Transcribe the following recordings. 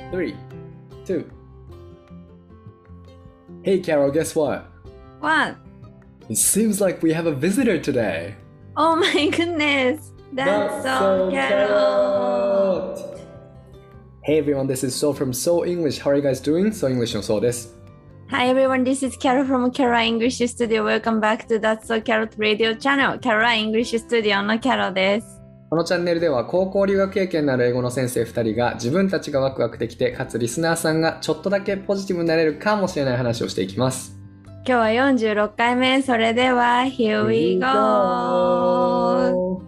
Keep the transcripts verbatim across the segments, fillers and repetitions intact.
Three, two. Hey Carol, guess what? What? It seems like we have a visitor today. Oh my goodness. That's so Carol. Hey everyone, this is So from So English. How are you guys doing? So English のそうです。 Hi everyone, this is Carol from Carol English Studio. Welcome back to That's So Carol Radio Channel. Carol English Studio の Carol です。 このチャンネルでは高校留学経験のある英語の先生ふたりが自分たちがワクワクできて、かつリスナーさんがちょっとだけポジティブになれるかもしれない話をしていきます。 今日はよんじゅうろっかいめ。それでは Here we go!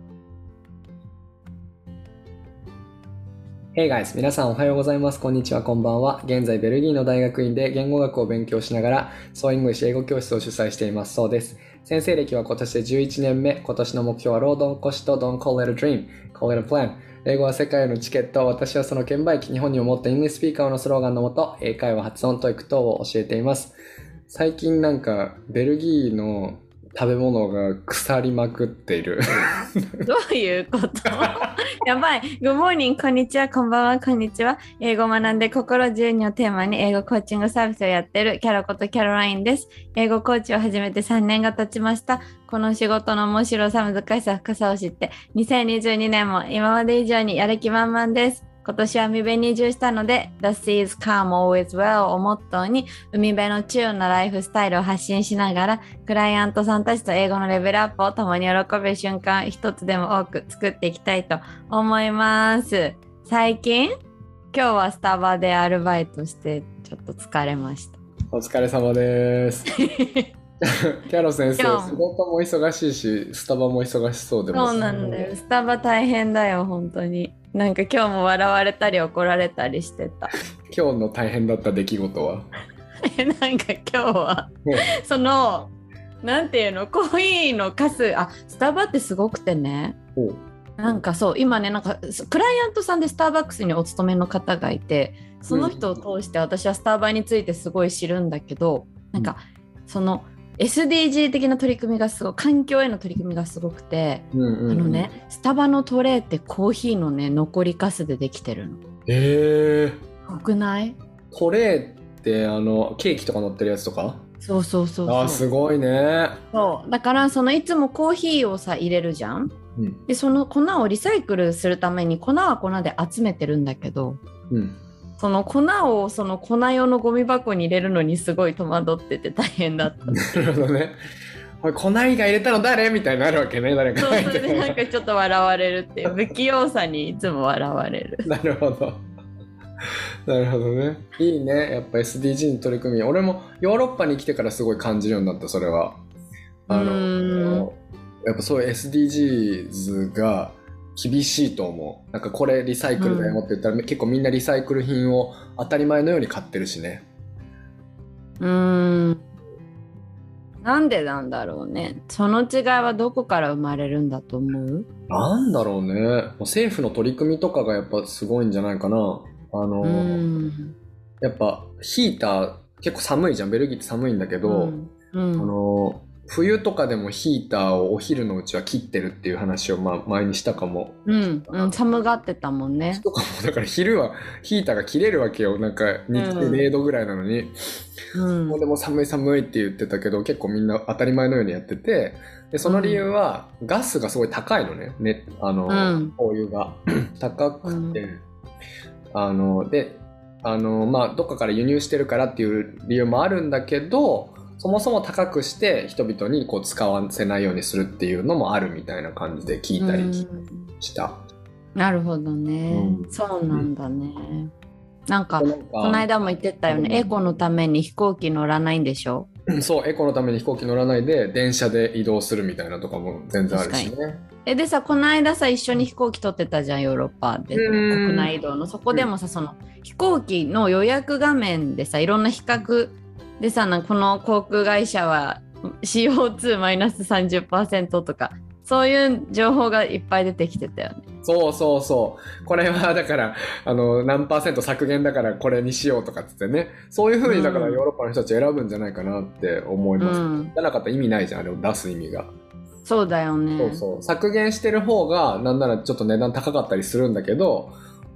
Hey guys! 皆さんおはようございます。こんにちは、こんばんは。現在ベルギーの大学院で言語学を勉強しながら So English 英語教室を主催しています。そうです。先生歴は今年でじゅういちねんめ。今年の目標はロードンコシと Don't call it a dream, call it a plan。英語は世界へのチケット。私はその券売機。日本にも持ったイングリッシュスピーカーのスローガンのもと、英会話発音、トイック等を教えています。最近なんかベルギーの食べ物が腐りまくっている。 どういうことやばい。Good morning, こんにちは、こんばんは、こんにちは。英語を学んで心自由にをテーマに英語コーチングサービスをやっているキャロことキャロラインです。英語コーチを始めてさんねんが経ちました。この仕事の面白さ、難しさ、深さを知って、にせんにじゅうにねんも今まで以上にやる気満々です。今年は海辺に移住したので The seas calm always well をモットーに海辺のチューンなライフスタイルを発信しながらクライアントさんたちと英語のレベルアップを共に喜べる瞬間一つでも多く作っていきたいと思います。最近今日はスタバでアルバイトしてちょっと疲れました。 お疲れ様です。キャロ先生、仕事も忙しいしスタバも忙しそうでもそうなんだよ。スタバ大変だよ本当に。なんか今日も笑われたり怒られたりしてた。 今日の大変だった出来事はなんか今日はそのなんていうのコーヒーのカスあスタバってすごくてねなんかそう今ねなんかクライアントさんでスターバックスにお勤めの方がいてその人を通して私はスタバについてすごい知るんだけど、うん、なんかそのエスディージー 的な取り組みがすごい環境への取り組みがすごくて、うんうんうん、あのねスタバのトレーってコーヒーのね残りカスでできてるの。 へえ。 よくない？ トレーってあのケーキとか乗ってるやつとか？ そうそうそうそう。 あすごいね。 そうだからそのいつもコーヒーをさ入れるじゃん、うん、でその粉をリサイクルするために粉は粉で集めてるんだけど、うんその粉をその粉用のゴミ箱に入れるのにすごい戸惑ってて大変だった。 なるほどね。これ粉以外入れたの誰みたいになるわけね。誰か。 そうそれでなんかちょっと笑われるっていう不器用さにいつも笑われる。 なるほど。なるほどね。いいね。やっぱ エスディージー に取り組み。俺もヨーロッパに来てからすごい感じるようになった。それは。あのやっぱそういう エスディージーズ が厳しいと思う。なんかこれリサイクルだよって言ったら、うん、結構みんなリサイクル品を当たり前のように買ってるしね。 うーん。なんでなんだろうね。その違いはどこから生まれるんだと思う？ なんだろうね。政府の取り組みとかがやっぱすごいんじゃないかな。あの、うんやっぱヒーター結構寒いじゃん。ベルギーって寒いんだけど、うんうん、あの冬とかでもヒーターをお昼のうちは切ってるっていう話をまあ前にしたかも。 うん、うん、寒がってたもんね。 とかもだから昼はヒーターが切れるわけよ。なんか日中れいどぐらいなのに、うん、もうでも寒い寒いって言ってたけど結構みんな当たり前のようにやってて、でその理由は、うん、ガスがすごい高いのね。ねあの、うん、灯油が高くて、うん、あのであのまあどっかから輸入してるからっていう理由もあるんだけど。そもそも高くして人々にこう使わせないようにするっていうのもあるみたいな感じで聞いたりした。 なるほどね、うん、そうなんだね、うん、なんかこの間も言ってたよね、うん、エコのために飛行機乗らないんでしょ。 そうエコのために飛行機乗らないで電車で移動するみたいなとかも全然あるしね。 えでさこの間さ一緒に飛行機取ってたじゃんヨーロッパで国内移動の。そこでもさその飛行機の予約画面でさいろんな比較でさこの航空会社は シーオーツーマイナスさんじゅっパーセント とかそういう情報がいっぱい出てきてたよね。 そうそうそうこれはだからあの何パーセント削減だからこれにしようとかっつってねそういう風にだからヨーロッパの人たち選ぶんじゃないかなって思います、うん、じゃなかったら意味ないじゃんあれを出す意味が。 そうだよね。 そうそう削減してる方がなんならちょっと値段高かったりするんだけど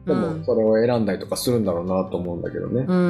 でもそれを選んだりとかするんだろうなと思うんだけどね。 うん。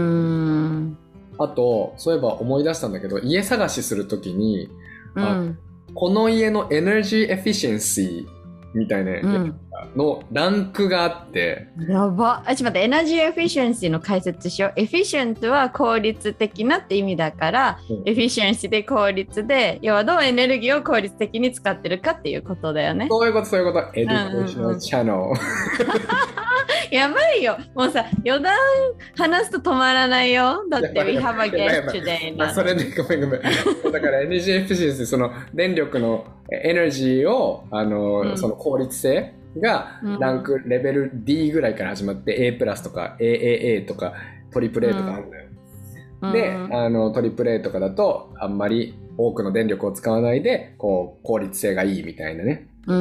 あと、そういえば思い出したんだけど、家探しするときに、 うん、 この家のエネルギーエフィシェンシーみたいなのランクがあって、 うん、やば。あ、ちょっと待って、エナジーエフィシェンシーの解説しよう。エフィシェントは効率的なって意味だから、うん、エフィシェンシーで効率で、要はどうエネルギーを効率的に使ってるかっていうことだよね。 そういうこと、そういうこと。エデュケーショナルチャンネル。 やばいよ。もうさ、余談話すと止まらないよ。だって、We have a guest today な。 それで、ごめんごめん。だから、エネルギーエフィシェンシー、その電力のエネルギーを、あの、うん、その効率性がランク、レベル ディー ぐらいから始まって、A プラスとか エーエーエー とかトリプル A とかあるんだよ。うん、で、あの、トリプル A とかだと、あんまり多くの電力を使わないで、こう、効率性がいいみたいなね。 うん。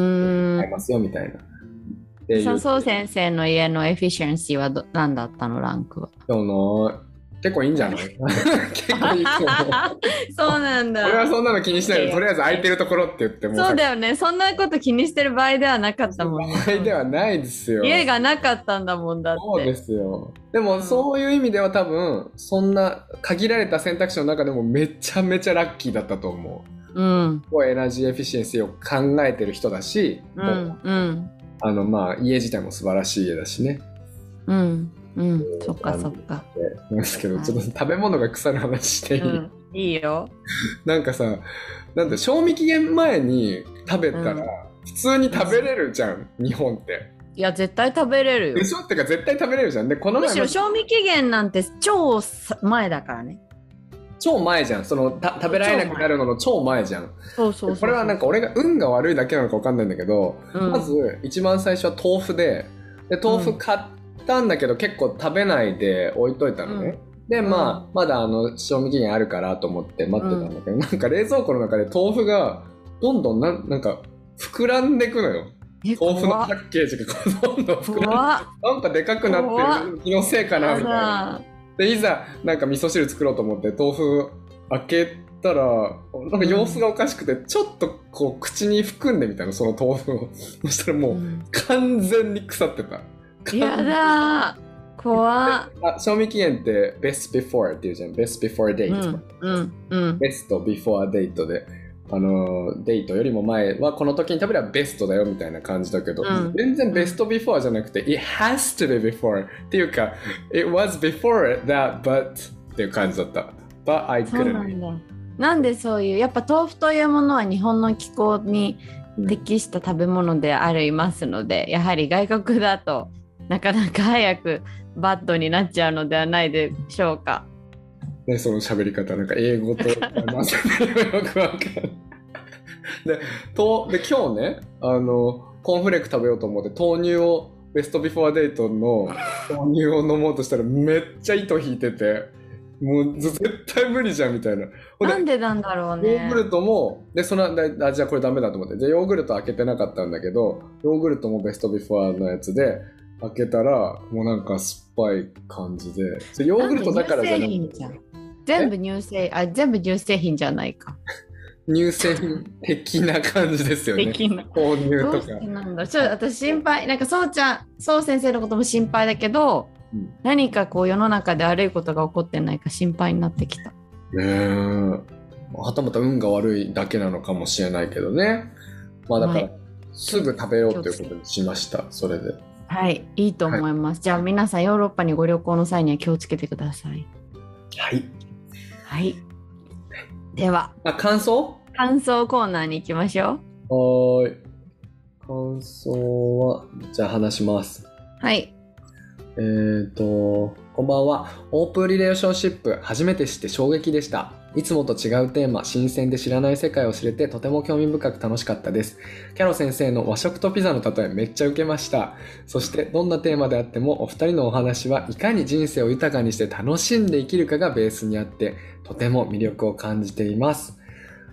ありますよ、みたいな。 笹生先生の家のエフィシェンシーはど何だったのランクは。 その結構いいんじゃない結構いいと思う。 そうなんだ。 俺はそんなの気にしないで、とりあえず空いてるところって言っても。 そうだよね。そんなこと気にしてる場合ではなかったもんね。 場合ではないですよ。 家がなかったんだもんだって。 そうですよ。でも、うん、そういう意味では多分、そんな限られた選択肢の中でもめちゃめちゃラッキーだったと思う。うん。エナジーエフィシェンシーを考えてる人だし、 うん。うん。 あの、まあ、家自体も素晴らしい家だしね。 うん、うん、そっかそっか。 なんですけど、ちょっと食べ物が腐る話していい？うん、 いいよ。 なんかさ、なんだ、賞味期限前に食べたら、普通に食べれるじゃん、うん、日本って。 いや、絶対食べれるよ。 でしょってか、絶対食べれるじゃん。で、このむしろ賞味期限なんて超前だからね。 超前じゃん。そのた食べられなくなるのの超前じゃん。 そうそうそうそう。 これはなんか俺が運が悪いだけなのか分かんないんだけど、うん、まず一番最初は豆腐で、で豆腐買ったんだけど、うん、結構食べないで置いといたのね。うん、で、まあ、まだあの賞味期限あるからと思って待ってたんだけど、うん、なんか冷蔵庫の中で豆腐がどんどんななんか膨らんでいくのよ。豆腐のパッケージがどんどん膨らんで、なんかでかくなってる気のせいかなみたいな。でいざなんか味噌汁作ろうと思って豆腐開けたらなんか様子がおかしくて、ちょっとこう口に含んでみたいな、その豆腐を。そしたらもう完全に腐ってた。 やだー、怖っ。 あ、賞味期限って best before っていうじゃん。best before date、 うんうんうん、 best before date で、あのデートよりも前はこの時に食べればベストだよみたいな感じだけど、うん、全然ベスト before じゃなくて、it has to be before っていうか it was before that but っていう感じだった。 but I couldn't。 なんだ。なんでそういうやっぱ豆腐というものは日本の気候に適した食べ物でありますので、うん、やはり外国だとなかなか早くバッドになっちゃうのではないでしょうか。 ね、その喋り方なんか英語と混ぜてよくわかんないで, とで今日ね、あのコーンフレーク食べようと思って豆乳をベストビフォーデートの豆乳を飲もうとしたらめっちゃ糸引いてて、もう絶対無理じゃんみたいな。 なんでなんだろうね。 ヨーグルトもでそのあじゃあこれダメだと思って、でヨーグルト開けてなかったんだけど、ヨーグルトもベストビフォーのやつで開けたらもうなんか酸っぱい感じで、それヨーグルトだからじゃなくて全部乳製あ全部乳製品じゃないか。 乳製品的な感じですよね。的な豆乳とか。どうしてなんだ。ちょっと私心配、なんかそうちゃん、そう先生のことも心配だけど、うん、何かこう世の中で悪いことが起こってないか心配になってきた。 ねえ。はたまた運が悪いだけなのかもしれないけどね。まあだから、はい、すぐ食べようということにしました。それで。 はい、いいと思います。はい、じゃあ皆さんヨーロッパにご旅行の際には気をつけてください。 はい。 はい。では、 あ、感想感想コーナーに行きましょう。はーい。感想は、じゃあ話します。 はい。 えーと、こんばんは。オープンリレーションシップ、初めて知って衝撃でした。いつもと違うテーマ、新鮮で知らない世界を知れてとても興味深く楽しかったです。キャロ先生の和食とピザの例えめっちゃ受けました。そしてどんなテーマであってもお二人のお話はいかに人生を豊かにして楽しんで生きるかがベースにあってとても魅力を感じています。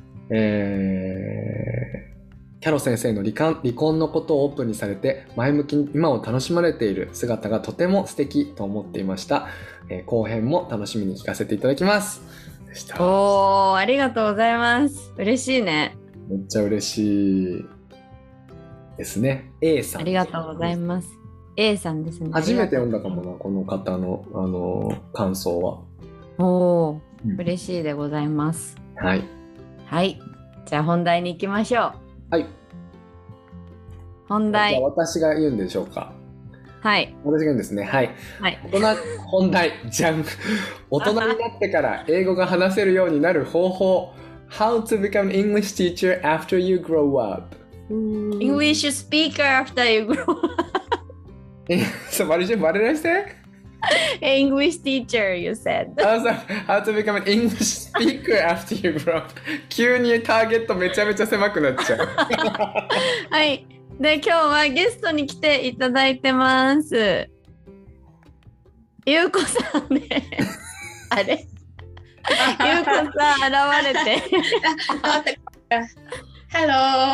えー、キャロ先生の離婚、離婚のことをオープンにされて前向きに今を楽しまれている姿がとても素敵と思っていました。えー、後編も楽しみに聞かせていただきます。でした。 おー、ありがとうございます。嬉しいね。 めっちゃ嬉しいですね。A さん。 ありがとうございます。 A さんですね。 初めて読んだかもな、この方の、あのー感想は。 おー、 うん嬉しいでございます。 はい。 はい。じゃあ本題に行きましょう。 はい。 本題。 じゃあ私が言うんでしょうか。 はい。 私が言うんですね。はい。 はい。 大人、本題、じゃん。大人になってから英語が話せるようになる方法。How to become an English teacher after you grow up. English speaker after you grow up. So what did you, what did I say? English teacher, you said. Oh, so how to become an English speaker after you grow up. 急にターゲットめちゃめちゃ狭くなっちゃう。 はい。で、今日はゲストに来ていただいてます。ゆうこさんね。あれゆうこさん現れて。 Hello!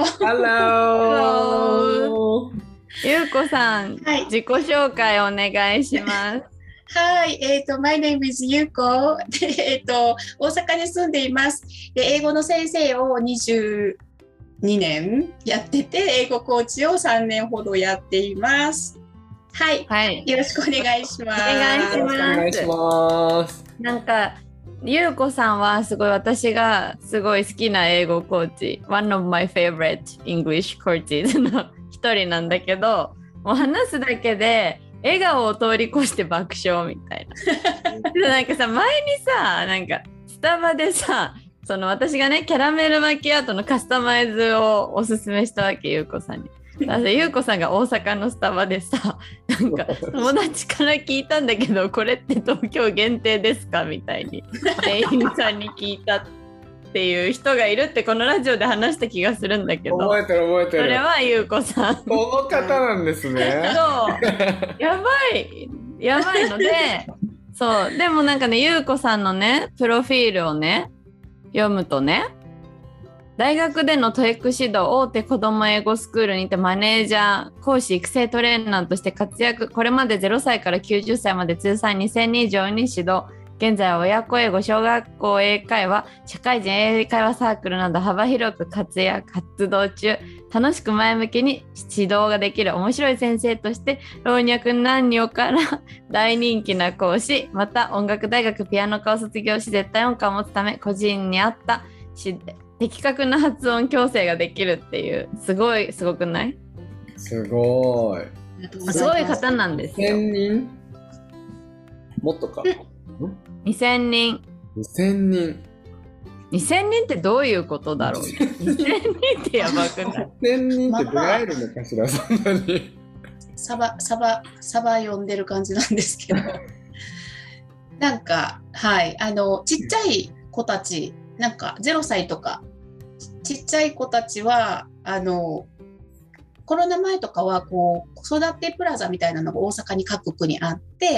Hello! ゆうこさん、 はい、 自己紹介お願いします。 はい、えっ、ー、と、My name is ゆうこ。で、えっ、ー、と、大阪に住んでいます。で、英語の先生をにじゅうにねんやってて、英語コーチをさんねんほどやっています。はい。 はい、 よろしくお願いします。 お願いします。 お願いします。 なんか、ゆうこさんはすごい私がすごい好きな英語コーチ、One of my favorite English coaches の一人なんだけど、もう話すだけで笑顔を通り越して爆笑みたいな。なんかさ、前にさ、なんかスタバでさ、その私がね、キャラメルマキアートのカスタマイズをおすすめしたわけ、ゆうこさんに。だからゆうこさんが大阪のスタバでさ、なんか友達から聞いたんだけど、これって東京限定ですかみたいに店員さんに聞いたっていう人がいるってこのラジオで話した気がするんだけど、 覚えてる覚えてる。 それはゆうこさん。 この方なんですね。 そうやばいやばいので、そうでもなんかね、ゆうこさんのねプロフィールをね読むとね、大学でのトエック指導、大手子ども英語スクールにてマネージャー、講師育成トレーナーとして活躍。これまでゼロさいからきゅうじゅっさいまで通算にせんにん以上に指導。現在は親子英語、小学校英会話、社会人英会話サークルなど幅広く活躍活動中。楽しく前向きに指導ができる面白い先生として老若男女から大人気な講師。また音楽大学ピアノ科を卒業し、絶対音感を持つため個人に合った指的確な発音矯正ができるっていう、すごいすごくない？ すごい。 すごい方なんですよ。 にせんにんもっとか。 にせんにん。 にせんにん。 にせんにんってどういうことだろう。にせんにんってやばくない？ にせんにんって出会えるのかしら、そんなに。 サバサバサバ読んでる感じなんですけど、なんかはいあのちっちゃい子たち。なんかゼロさいとかちっちゃい子たちはあのコロナ前とかはこう子育てプラザみたいなのが大阪に各区にあって、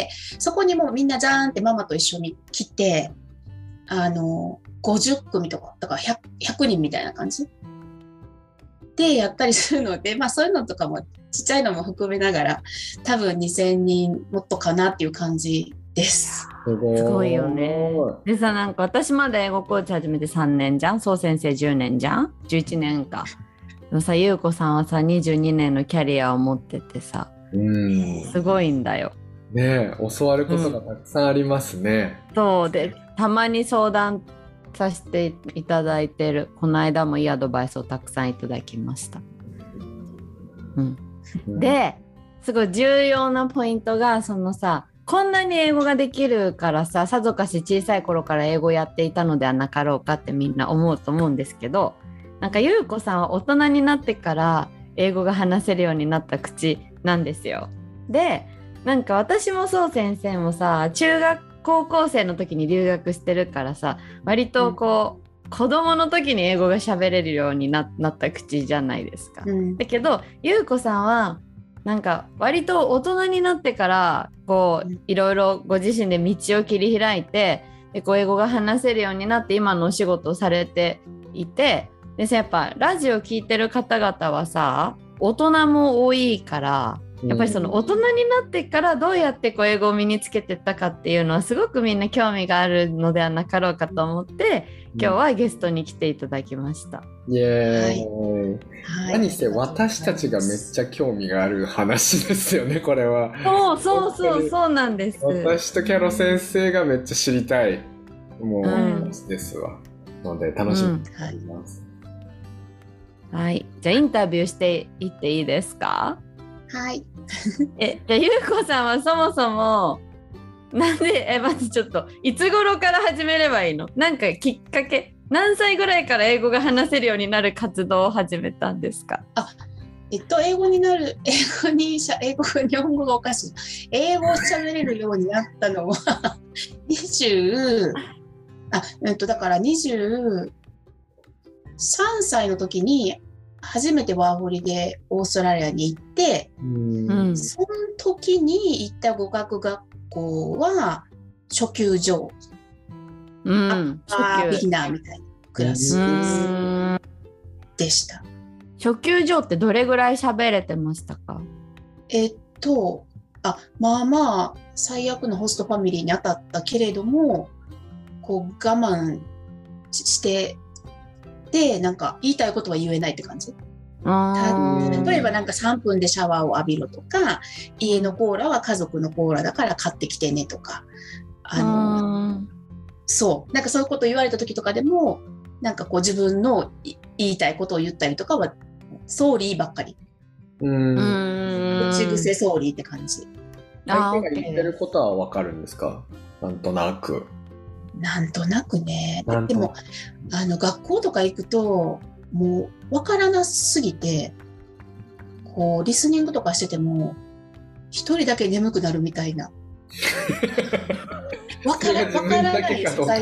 そこにもうみんなジャーンってママと一緒に来て、あのごじゅっくみとかだから ひゃく, ひゃくにんみたいな感じでやったりするので、まあ、そういうのとかもちっちゃいのも含めながら多分にせんにんもっとかなっていう感じです。 すごいよね。でさ、なんか私まだ英語コーチ始めてさんねんじゃん。そう先生じゅうねんじゃん。じゅういちねんか。でもさ、ゆうこさんはさにじゅうにねんのキャリアを持っててさ、うんすごいんだよ。 ねえ、教わることがたくさんありますね。 うん、そうで、たまに相談させていただいてる。この間もいいアドバイスをたくさんいただきました。うん、うん、ですごい重要なポイントが、そのさ、こんなに英語ができるからさ、さぞかし小さい頃から英語やっていたのではなかろうかってみんな思うと思うんですけど、なんかゆうこさんは大人になってから英語が話せるようになった口なんですよ。で、なんか私もそう先生もさ、中学高校生の時に留学してるからさ、割とこう、うん、子供の時に英語が喋れるように な, なった口じゃないですか。うん、だけどゆうこさんはなんか割と大人になってからこういろいろご自身で道を切り開いて、でこう英語が話せるようになって今のお仕事をされていて、でやっぱラジオ聞いてる方々はさ、大人も多いからやっぱりその大人になってからどうやってこう英語を身につけていったかっていうのはすごくみんな興味があるのではなかろうかと思って今日はゲストに来ていただきました。 イエーイ、はい、何せ私たちがめっちゃ興味がある話ですよねこれは。 そうそうそうそうなんです。 私とキャロ先生がめっちゃ知りたいもう話ですわ、うん、ので楽しみにしています、 うん、はい、じゃあインタビューしていっていいですか？ はい。 え、じゃあゆうこさんはそもそもなんでえまずちょっといつ頃から始めればいいの？なんかきっかけ、何歳ぐらいから英語が話せるようになる活動を始めたんですか？ あ、えっと英語になる英語にしゃ英語日本語がおかしい。英語を喋れるようになったのはにじゅうあ、えっとだからにじゅうさんさいの時に初めてワーホリでオーストラリアに行って、うん、その時に行った語学学校は初級上、うん、あビギナーみたいなクラスでした。 初級上ってどれぐらい喋れてましたか？ えっとあまあまあ最悪のホストファミリーに当たったけれどもこう我慢してでなんか言いたいことは言えないって感じ。あ例えばなんかさんぷんでシャワーを浴びろとか家のコーラは家族のコーラだから買ってきてねとかあのそうなんかそういうことを言われた時とかでもなんかこう自分の言いたいことを言ったりとかはソーリーばっかりうん口癖ソーリーって感じ。 相手が言ってることは分かるんですか？なんとなくなんとなくね。でもあの学校とか行くともう分からなすぎてこうリスニングとかしてても一人だけ眠くなるみたいな分から分からない素材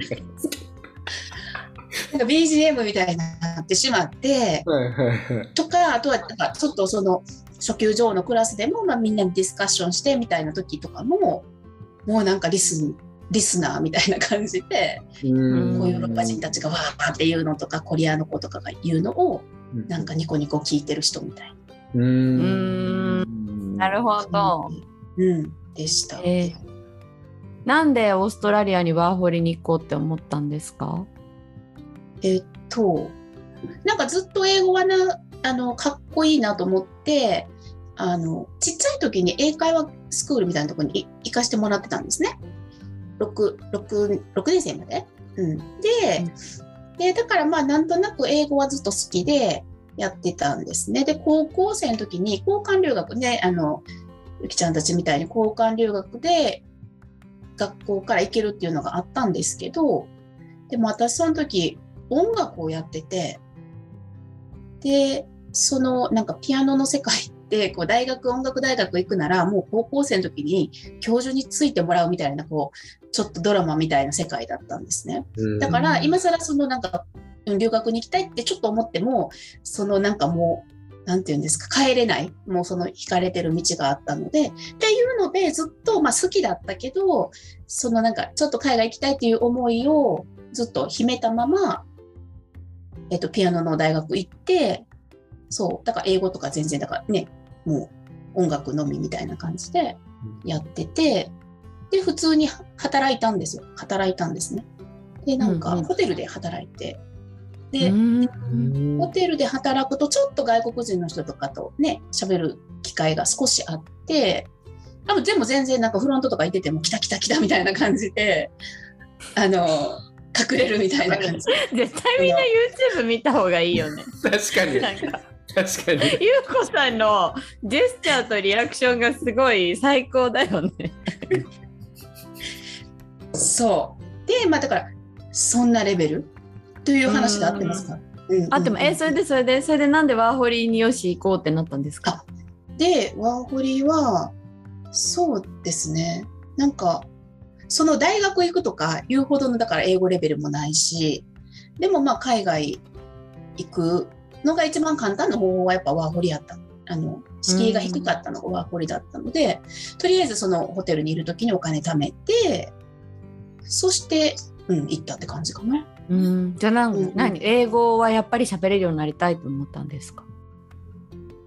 なんか ビージーエム みたいになってしまってとかあとはなんかちょっとその初級上のクラスでも、まあ、みんなでディスカッションしてみたいな時とかももうなんかリスンリスナーみたいな感じでこういうヨーロッパ人たちがわーって言うのとかコリアの子とかが言うのをなんかニコニコ聞いてる人みたいな。うーんなるほど、 うん、でした、 えー、なんでオーストラリアにワーホリに行こうって思ったんですか？ えっとなんかずっと英語はなあのかっこいいなと思ってあのちっちゃい時に英会話スクールみたいなところに行かしてもらってたんですね。ろく, ろく, ろくねん生まで、うん、で, でだからまあなんとなく英語はずっと好きでやってたんですね。で高校生の時に交換留学であのゆきちゃんたちみたいに交換留学で学校から行けるっていうのがあったんですけどでも私その時音楽をやっててでそのなんかピアノの世界でこう大学音楽大学行くならもう高校生の時に教授についてもらうみたいなこうちょっとドラマみたいな世界だったんですね。だから今更そのなんか留学に行きたいってちょっと思ってもそのなんかもうなんていうんですか帰れないもうその惹かれてる道があったのでっていうのでずっとまあ好きだったけどそのなんかちょっと海外行きたいっていう思いをずっと秘めたまま、えっと、ピアノの大学行ってそうだから英語とか全然だからねもう音楽のみみたいな感じでやっててで普通に働いたんですよ働いたんですね。でなんかホテルで働いてでホテルで働くとちょっと外国人の人とかとね喋る機会が少しあって多分でも全然なんかフロントとか行ってても来た来た来たみたいな感じであの隠れるみたいな感じ絶対みんな YouTube 見た方がいいよね確かになんか確かにゆうこさんのジェスチャーとリアクションがすごい最高だよねそうでまあだからそんなレベルという話で合ってますか？ うんうん、あってもえそれでそれでそれでなんでワーホリによし行こうってなったんですか？ でワーホリはそうですねなんかその大学行くとかいうほどのだから英語レベルもないしでもまあ海外行くのが一番簡単な方法はやっぱワーホリやったあの敷居が低かったのがワーホリだったのでとりあえずそのホテルにいる時にお金貯めてそして、うん、行ったって感じかな。 うんじゃあ何、うんうん、何英語はやっぱり喋れるようになりたいと思ったんですか？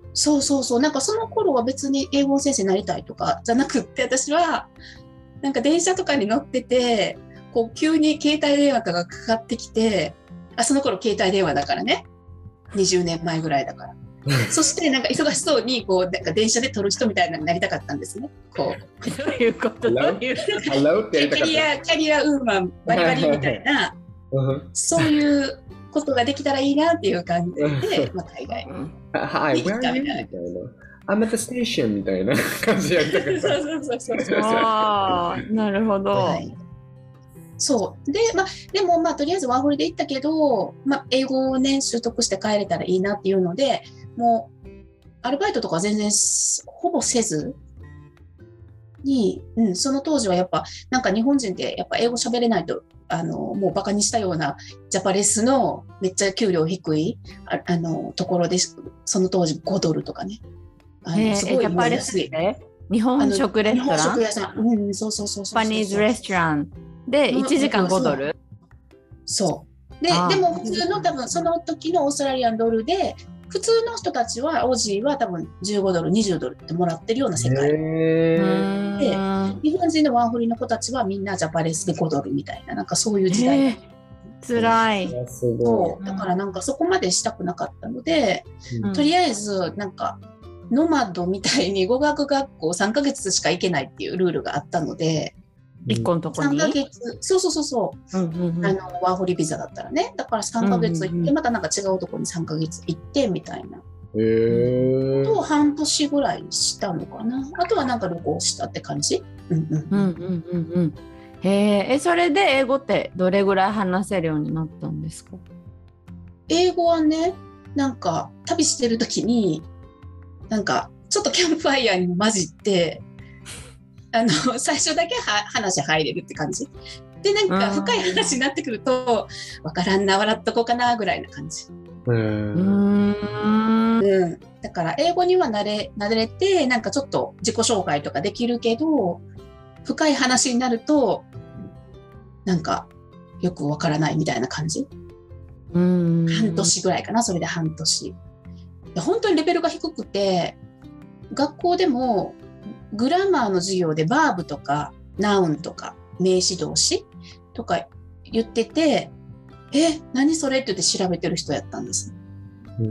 そうそうそう、なんかその頃は別に英語の先生になりたいとかじゃなくって、私はなんか電車とかに乗ってて、こう急に携帯電話がかかってきて、あ、その頃携帯電話だからね、にじゅうねんまえぐらいだから。そしてなんか忙しそうにこうなんか電車で撮る人みたいになりたかったんですね。こうどういうことどういう Hello ってやりたかった。 キャリアキャリアウーマンバリバリみたいなそういうことができたらいいなっていう感じで、まあ、海外に Hi, 行 where った are み you? たいな。 みたいな。I'm at the station みたいな感じでやりたかった。 そうそうそうそうそう。 ああ、なるほど。 はい、そうで、まあ、でも、まあ、とりあえずワーホリで行ったけど、まあ、英語をね習得して帰れたらいいなっていうので、もうアルバイトとか全然ほぼせずに、うん、その当時はやっぱなんか日本人ってやっぱ英語喋れないとあのもうバカにしたようなジャパレスのめっちゃ給料低い あ, あのところで、その当時ごドルとかね、あのすごいもう安い日本食レストラン、 日本食屋さん、うん、そうそうそうそうそう、 ジャパニーズレストランでいちじかんごドル、 そうで、でも普通の多分その時のオーストラリアンドルで普通の人たちはオージーは多分じゅうごドルにじゅうドルってもらってるような世界で、日本人のワーホリの子たちはみんなジャパレスでごドルみたいな、なんかそういう時代。 つらい。 そうだからなんかそこまでしたくなかったので、うん、とりあえずなんかノマドみたいに語学学校さんかげつしか行けないっていうルールがあったので、 いっこのとこにさんかげつ、そうそうそうそう、うんうんうん、あのワーホリビザだったらね、だからさんかげつ行って、うんうんうん、またなんか違うところにさんかげつ行ってみたいな、 へー、 と半年ぐらいしたのかな。あとはなんか旅行したって感じ。うんうんうんうんうんうん。 へえ、それで英語ってどれぐらい話せるようになったんですか？ 英語はね、なんか旅してる時になんかちょっとキャンプファイヤーに混じってあの最初だけは話入れるって感じで、なんか深い話になってくるとわからんな、笑っとこうかなぐらいな感じ。うーん、うん、だから英語には慣れ、慣れてなんかちょっと自己紹介とかできるけど、深い話になるとなんかよくわからないみたいな感じ。うーん、半年ぐらいかな、それで半年。本当にレベルが低くて、学校でもグラマーの授業でバーブとかナウンとか名詞動詞とか言ってて、え、何それって言って調べてる人やったんです。うん、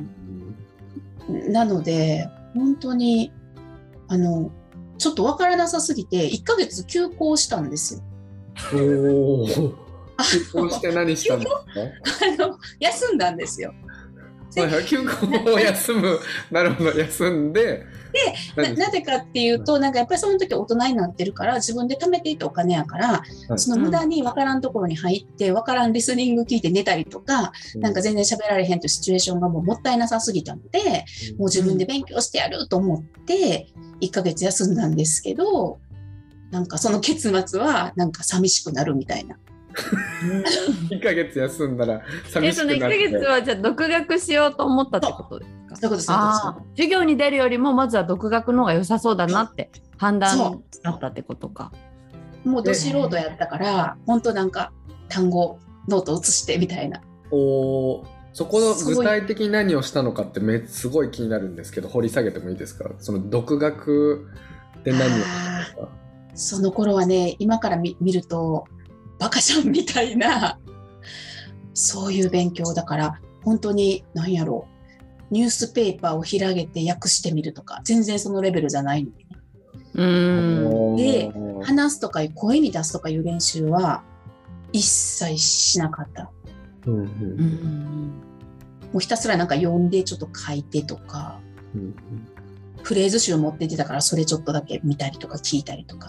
なので本当にあのちょっとわからなさすぎていっかげつ休校したんですよ。 お休校して何したんですか？ あの休んだんですよ。 はいはい、休校を休むなるほど、休んで、 で な, なぜかっていうと、なんかやっぱりその時大人になってるから自分で貯めていたお金やから、はい、その無駄に分からんところに入って分からんリスニング聞いて寝たりとか、うん、なんか全然喋られへんというシチュエーションがもうもったいなさすぎたので、うん、もう自分で勉強してやると思っていっかげつ休んだんですけど、なんかその結末はなんか寂しくなるみたいな。 いっかげつ休んだら寂しくなって、 え、そのいっかげつはじゃあ独学しようと思ったってことですか？ そういうことです。 あ、授業に出るよりもまずは独学の方が良さそうだなって判断だったってことか。 もうど素人やったから本当なんか単語ノート写してみたいな。 お、そこの具体的に何をしたのかってめすごい気になるんですけど、掘り下げてもいいですか？その独学で何をしたんですか？ その頃はね、今から 見, 見るとバカじゃんみたいな、そういう勉強だから、本当に何やろう、ニュースペーパーを広げて訳してみるとか、全然そのレベルじゃないので、ね、うーん、で話すとか声に出すとかいう練習は一切しなかった、うんうん、うんもうひたすらなんか読んでちょっと書いてとか、うんうん、フレーズ集持っててたからそれちょっとだけ見たりとか聞いたりとか。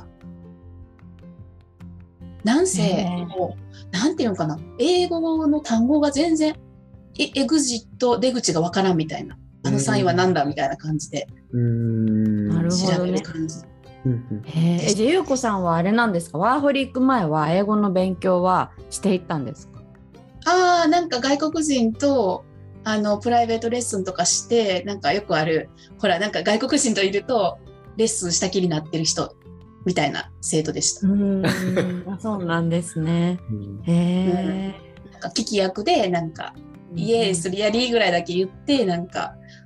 なんせ、もうなんていうのかな、英語の単語が全然エ, エグジット出口がわからんみたいな、あのサインはなんだみたいな感じで調べる感じ。 へえ、じゃあゆうこさんはあれなんですか、ワーホリ行く前は英語の勉強はしていったんですか？ ああ、なんか外国人とあのプライベートレッスンとかして、なんかよくある、ほらなんか外国人といるとレッスンしたきりになってる人みたいな生徒でした。 うーんそうなんですね。へえ、 うん、なんか聞き役でなんか、うん、イエスリアリーぐらいだけ言って、なんか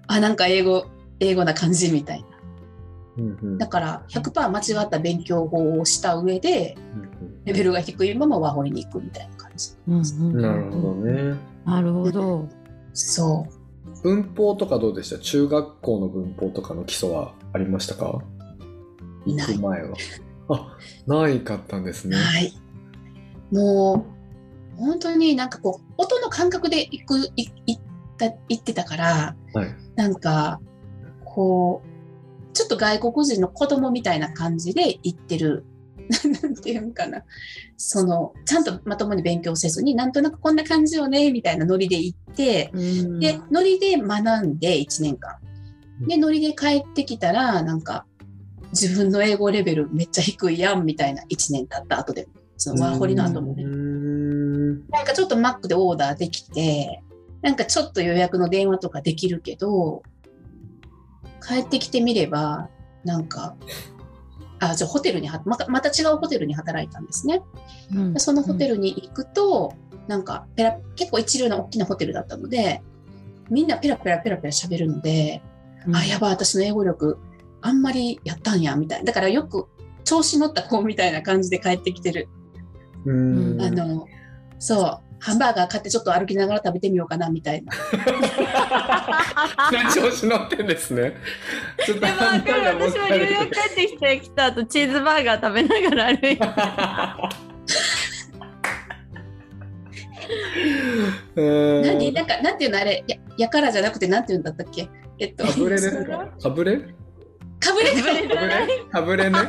あ、なんか英語、英語な感じみたいな。 うんうん、 だから ひゃくパーセント 間違った勉強法をした上で、 うんうん、 レベルが低いままワーホリに行くみたいな感じ。 うんうんうん、 なるほどね。 なるほど。 そう。 文法とかどうでした？中学校の文法とかの基礎はありましたか？行く前は。あ、ないかったんですね。 はい。もう本当になんかこう音の感覚で行くい行った行ってたから、 はい、 なんかこうちょっと外国人の子供みたいな感じで行ってる。なんていうんかな、そのちゃんとまともに勉強せずになんとなくこんな感じよねみたいなノリで行って、うん、でノリで学んでいちねんかんでノリで帰ってきたらなんか自分の英語レベルめっちゃ低いやんみたいな、いちねん経った後でそのワーホリの後もね、なんかちょっと Mac でオーダーできて、なんかちょっと予約の電話とかできるけど、帰ってきてみればなんかあ、じゃあホテルにまた、また違うホテルに働いたんですね、うん、そのホテルに行くと、うん、なんかペラ結構一流な大きなホテルだったので、みんなペラペラペラペラ喋るので、うん、あ、やばい、私の英語力あんまりやったんやみたいな。だからよく調子乗った子みたいな感じで帰ってきてる。うん、あのそうハンバーガー買ってちょっと歩きながら食べてみようかなみたいな。 調子乗ってんですね。 ちょっとでも分かる、私もニューヨーク帰ってきてきた後チーズバーガー食べながら歩いて何なんかなんていうのあれ や, やからじゃなくてなんていうんだったっけ、えっとかぶれですか？かぶれかぶれかぶれかぶれね。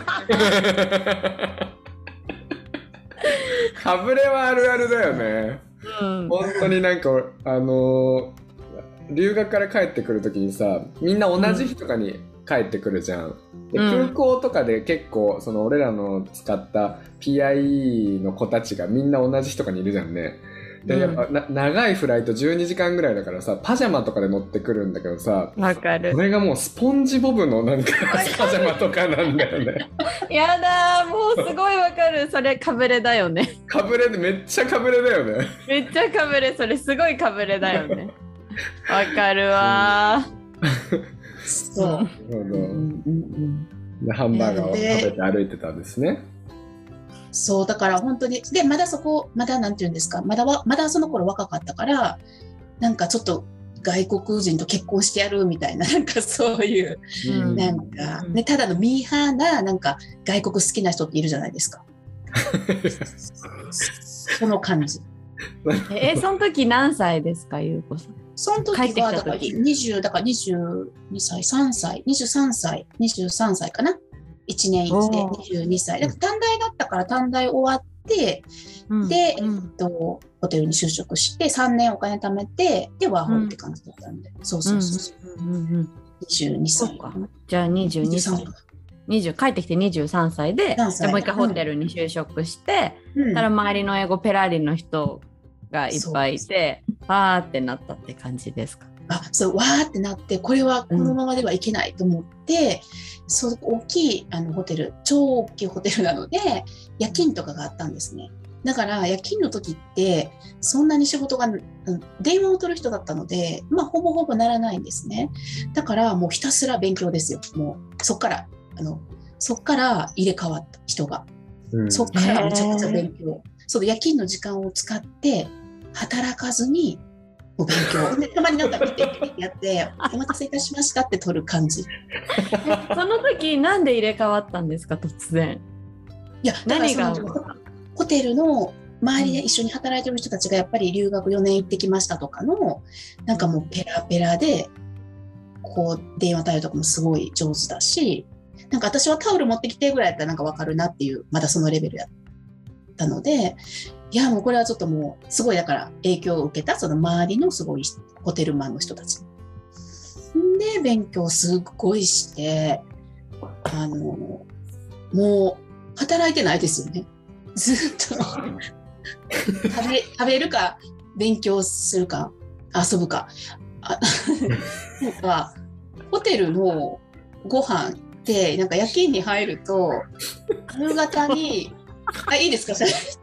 かぶれはあるあるだよね、うん、本当になんかあのー、留学から帰ってくるときにさ、みんな同じ日とかに帰ってくるじゃん、うん、で空港とかで結構その俺らの使った ピーアイイー の子たちがみんな同じ日とかにいるじゃんね。でやっぱな長いフライトじゅうにじかんぐらいだからさ、パジャマとかで乗ってくるんだけどさ、 わかる、 これがもうスポンジボブのなんかパジャマとかなんだよね。 やだー、もうすごいわかる。それかぶれだよね。 かぶれでめっちゃかぶれだよね。 めっちゃかぶれ、それすごいかぶれだよね。わかるわー。 そう、 なるほど、うんうんうん、でハンバーガーを食べて歩いてたんですね。 そうだから本当にでまだそこまだなんていうんですか、まだわまだその頃若かったから、なんかちょっと外国人と結婚してやるみたいな、なんかそういう、うん、なんかね、ただのミーハーななんか外国好きな人っているじゃないですか。その感じ。 えその時何歳ですか、ゆうこさん？ その時はだからにじゅうだからにじゅうにさいさんさいにじゅうさんさいにじゅうさんさいかな。いちねんいちでにじゅうにさいだから短大だったから短大終わって、うん、で、うん、えっと、ホテルに就職してさんねんお金貯めてでワーホリって感じだったんで、うん、そうそうそう、うんうんうん、にじゅうにさいか。 じゃあにじゅうにさいにじゅう帰ってきてにじゅうさんさいで、でもう一回ホテルに就職して、うん、たら周りの英語ペラリの人がいっぱいいてわーってなったって感じですか？ あ、そうわーってなって、これはこのままではいけないと思って、うん、そう大きいあのホテル、超大きいホテルなので夜勤とかがあったんですね。だから夜勤の時ってそんなに仕事が、うん、電話を取る人だったので、まあほぼほぼならないんですね。だからもうひたすら勉強ですよ。もうそっからあのそっから入れ替わった人が、うん、そっからめちゃくちゃ勉強、その夜勤の時間を使って働かずにお勉強で、たまになんかピッてやってお待たせいたしましたって取る感じ。 その時なんで入れ替わったんですか、突然？ いや、だからそのホテルの周りで一緒に働いてる人たちがやっぱり留学よねん行ってきましたとかのなんかもうペラペラで、こう電話対応とかもすごい上手だし、なんか私はタオル持ってきてぐらいやったらなんか分かるなっていう、まだそのレベルやったので、いやもうこれはちょっともうすごいだから影響を受けたその周りのすごいホテルマンの人たちで勉強すっごいして、あのもう働いてないですよね、ずっと食べ、食べるか勉強するか遊ぶか、あなんかホテルのご飯ってなんか夜勤に入ると夕方にあ、いいですか、それ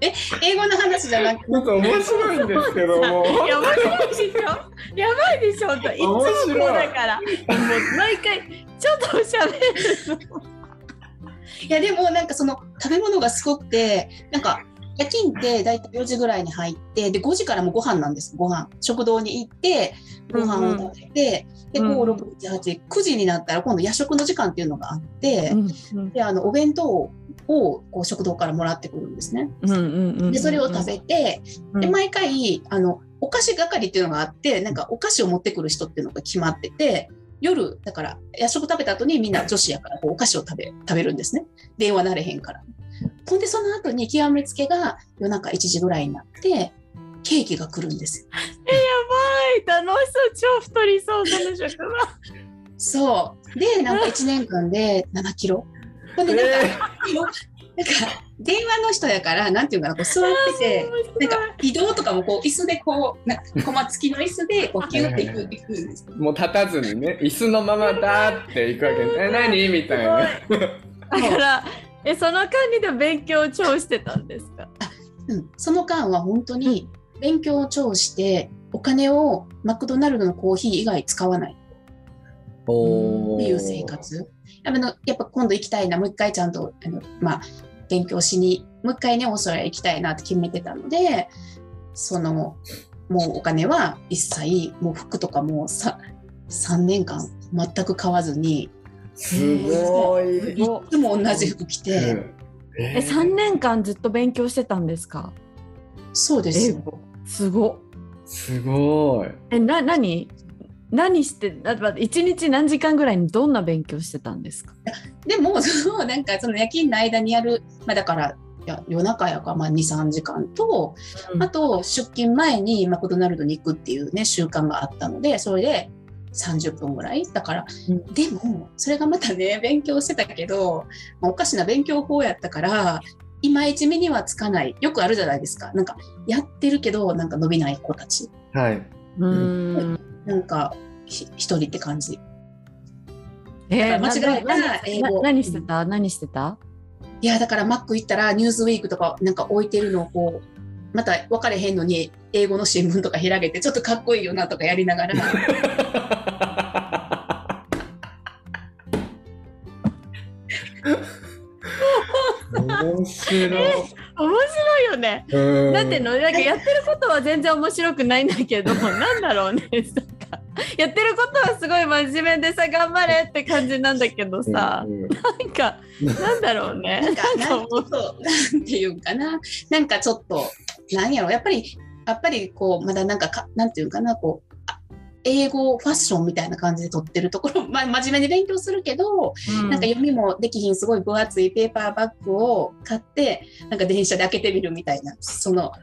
え、英語の話じゃなくて。 ちょっと面白いんですけども。 いや、面白いでしょ。やばいでしょ。いつもこうだから。もう毎回ちょっと喋るの。 いやでもなんかその食べ物がすごくて、なんか夜勤ってだいたいよじぐらいに入って、でごじからもご飯なんです。ご飯食堂に行ってご飯を食べて、うんうん、でご、ろく、しち、はち、くじになったら今度夜食の時間っていうのがあって、うんうん、であのお弁当をこう食堂からもらってくるんですね。でそれを食べて、で毎回あのお菓子係っていうのがあって、なんかお菓子を持ってくる人っていうのが決まってて、夜だから夜食食べた後にみんな女子やからこうお菓子を食べ食べるんですね。電話なれへんから。ほんでその後に極めつけが夜中いちじぐらいになってケーキが来るんですよ。 え、やばい、楽しそう、超太りそう、その職場。 そうでなんかいちねんかんでななキロ。ほんでなんか、えー、なんか電話の人やからなんていうかな、こう座ってて、なんか移動とかもこう椅子でこうなコマ付きの椅子でこうキューっていくいくんです。 もう立たずにね、椅子のままだっていくわけで、え何みたいな。 だからえその間にで勉強を超してたんですか？ あ、うん、その間は本当に勉強を超してお金をマクドナルドのコーヒー以外使わないっていう生活。あのやっぱ今度行きたいな、もう一回ちゃんとあの、まあ、勉強しにもう一回ねオーストラリア行きたいなって決めてたので、そのもうお金は一切もう服とかもささんねんかん全く買わずに、 すごい、 いつも同じ服着て、うんえー、さんねんかんずっと勉強してたんですか？ そうですよ。 すごすごい。 えな何何していちにち何時間ぐらいにどんな勉強してたんですか？ でもそのなんかその夜勤の間にやる、まあ、だからいや夜中やからまあ にさんじかんと、うん、あと出勤前にマクドナルドに行くっていうね習慣があったので、それでさんじゅっぷんぐらいだから、うん、でもそれがまたね勉強してたけどおかしな勉強法やったからいまいち目にはつかない、よくあるじゃないですか、なんかやってるけどなんか伸びない子たち、 はい、 うん、なんかひ一人って感じ。 えー、 間違えた英語。 何してた？何してた？ いやだからマック行ったらニュースウィークとかなんか置いてるのをこうまた分かれへんのに英語の新聞とか開けてちょっとかっこいいよなとかやりながら面白い。 面白いよね。だってのなんかやってることは全然面白くないんだけどなんだろうね、なんかやってることはすごい真面目でさ頑張れって感じなんだけどさ、うんうん、なんかなんだろうね、 なんかなんかなんていうんかな、なんかちょっとなんやろやっぱりやっぱりこうまだなんかかなんていうんかな、こう英語ファッションみたいな感じで撮ってるところ、まあ、真面目に勉強するけど、うん、なんか読みもできひんすごい分厚いペーパーバッグを買ってなんか電車で開けてみるみたいな、その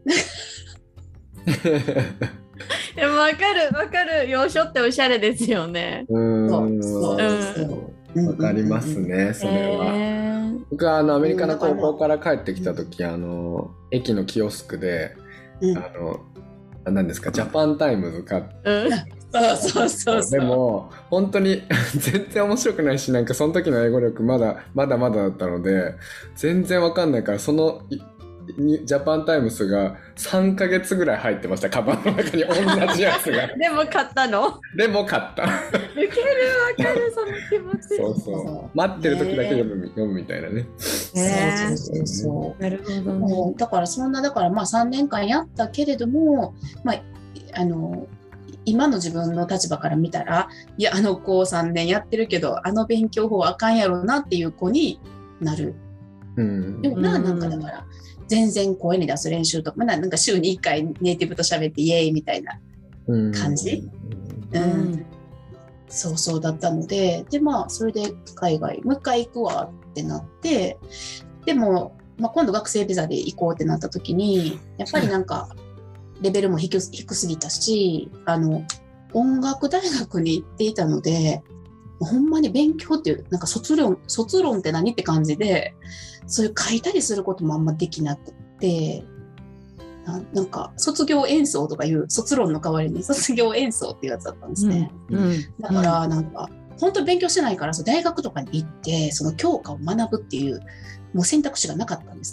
でも分かる分かる、洋書っておしゃれですよね。 うんそうそう分かりますね、それは。えー、僕はあのアメリカの高校から帰ってきた時、うん、あの駅のキオスクで、うん、あの何ですかジャパンタイムズ買って、うん、 そうそうそうそう。 でも本当に全然面白くないし、なんかその時の英語力まだまだまだだったので全然わかんないから、そのジャパンタイムズがさんかげつぐらい入ってました、カバンの中に同じやつがでも買ったの？ でも買った。 ウケる、わかるその気持ち。 そうそう、待ってる時だけ読む、読むみたいなね。 そうそうそう、 なるほどね。 だからそんなだからまあさんねんかんやったけれども、まああの今の自分の立場から見たら、いやあの子さんねんやってるけどあの勉強法あかんやろうなっていう子になる。 うん、 でもな、なんかだから全然声に出す練習とか、まだなんか週にいっかいネイティブと喋ってイエーイみたいな感じ、うんうん、そうそうだったので、でまあそれで海外もう一回行くわってなって、でも、まあ、今度学生ビザで行こうってなった時にやっぱりなんかレベルも 低, 低すぎたし、あの音楽大学に行っていたのでほんまに勉強っていうなんか卒論卒論って何って感じで、そういう書いたりすることもあんまできなくて、な, なんか卒業演奏とかいう卒論の代わりに卒業演奏っていうやつだったんですね、うんうん、だからなんか、うん、本当に勉強してないから、そう大学とかに行ってその教科を学ぶっていうもう選択肢がなかったんですね。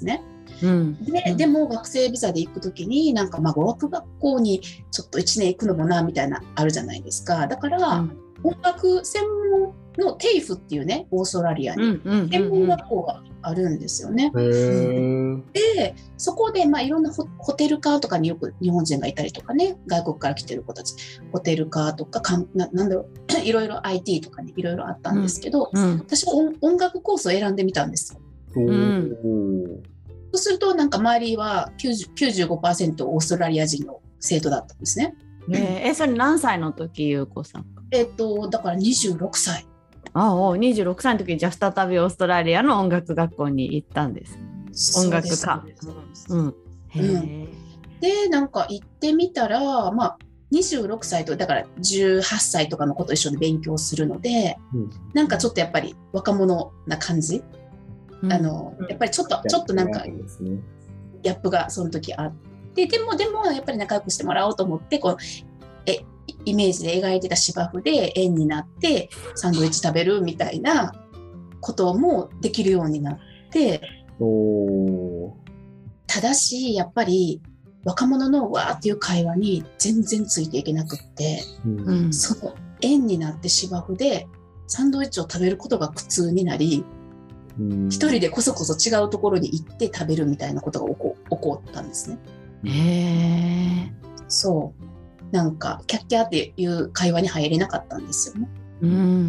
うん、 で、 うん、 でも学生ビザで行くときになんかまあ語学学校にちょっといちねん行くのもなみたいなあるじゃないですか。だから、うん、音楽専門のテイフっていうね、オーストラリアに専門学校があるんですよね。 うんうんうん、 でそこでまあいろんな ホ, ホテル科とかによく日本人がいたりとかね、外国から来てる子たちホテル科とかかん な, なんだろういろいろ アイティー とかねいろいろあったんですけど、うんうん、私は 音, 音楽コースを選んでみたんですよ。うん、そうするとなんか周りは きゅうじゅう きゅうじゅうごパーセント オーストラリア人の生徒だったんですね。 えー、それ何歳の時ゆうこさん？ えっとだからにじゅうろくさい。 ああ、にじゅうろくさいの時にじゃあ再びオーストラリアの音楽学校に行ったんです。音楽科。うん。へえ、うん。 でなんか行ってみたら、まあにじゅうろくさいとだからじゅうはっさいとかの子と一緒に勉強するので、うん、なんかちょっとやっぱり若者な感じ、うん、あのやっぱりちょっとちょっとなんかギャップがその時あって、でもでもやっぱり仲良くしてもらおうと思ってこうえイメージで描いてた芝生で円になってサンドイッチ食べるみたいなこともできるようになって、おただしやっぱり若者のわーっていう会話に全然ついていけなくって、うん、その円になって芝生でサンドイッチを食べることが苦痛になり、うん、一人でこそこそ違うところに行って食べるみたいなことが起 こ, 起こったんですね。へー、そうなんかキャッキャっていう会話に入れなかったんですよね。うん、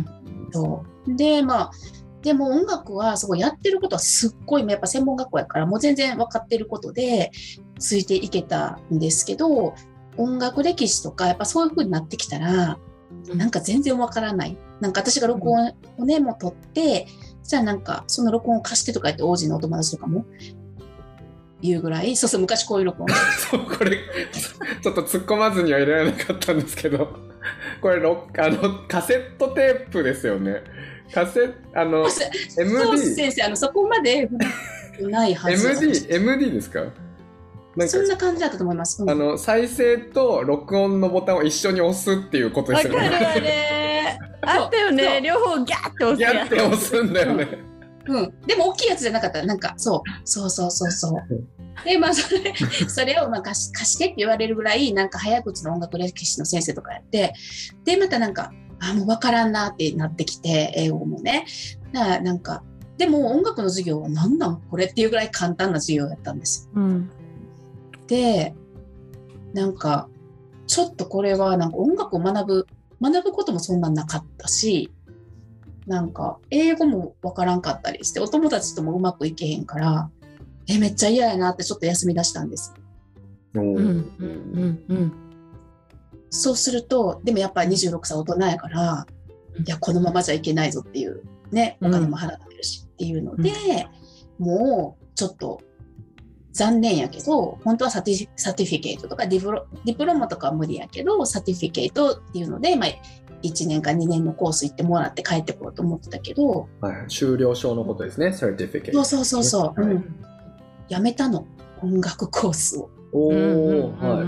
そうでまあでも音楽はすごいやってることはすっごいやっぱ専門学校やからもう全然分かってることでついていけたんですけど、音楽歴史とかやっぱそういう風になってきたらなんか全然分からない。なんか私が録音をねも取ってじゃあなんかその録音を貸してとか言って王子のお友達とかも言うぐらい、そうそう昔こういう録音そうこれちょっと突っ込まずにはいられなかったんですけど、これロあのカセットテープですよね。カセあの エムディーそう先生あのそこまでないはず。 エムディー エムディー ですか？ なんかそんな感じだったと思います。うん、 あの再生と録音のボタンを一緒に押すっていうことですよね。 わかるわね。あったよね。両方ギャッて押す。 ギャッて押すんだよね。 うん、でも大きいやつじゃなかった。なんかそうそうそうそうそうでまあそれそれをまあ貸し、貸してって言われるぐらいなんか早口の音楽歴史の先生とかやって、でまたなんかあもう分からんなってなってきて、英語もねだからなんかでも音楽の授業は何なんこれっていうぐらい簡単な授業やったんですよ。うん、でなんかちょっとこれはなんか音楽を学ぶ学ぶこともそんななかったし、なんか英語もわからんかったりしてお友達ともうまくいけへんからえめっちゃ嫌やなってちょっと休み出したんです。うんうんうん、そうするとでもやっぱりにじゅうろくさい大人やから、いやこのままじゃいけないぞっていうね、お金も払ってるしっていうので、うん、もうちょっと残念やけど本当はサティ、サティフィケートとかディプロ、ディプロマとかは無理やけどサティフィケートっていうので、まあいちねんかにねんのコース行ってもらって帰ってこようと思ってたけど、 はい、修了証のことですね、サーティフィケート。 そうそうそうそう、はい、うん、やめたの音楽コースを。 おー、はい、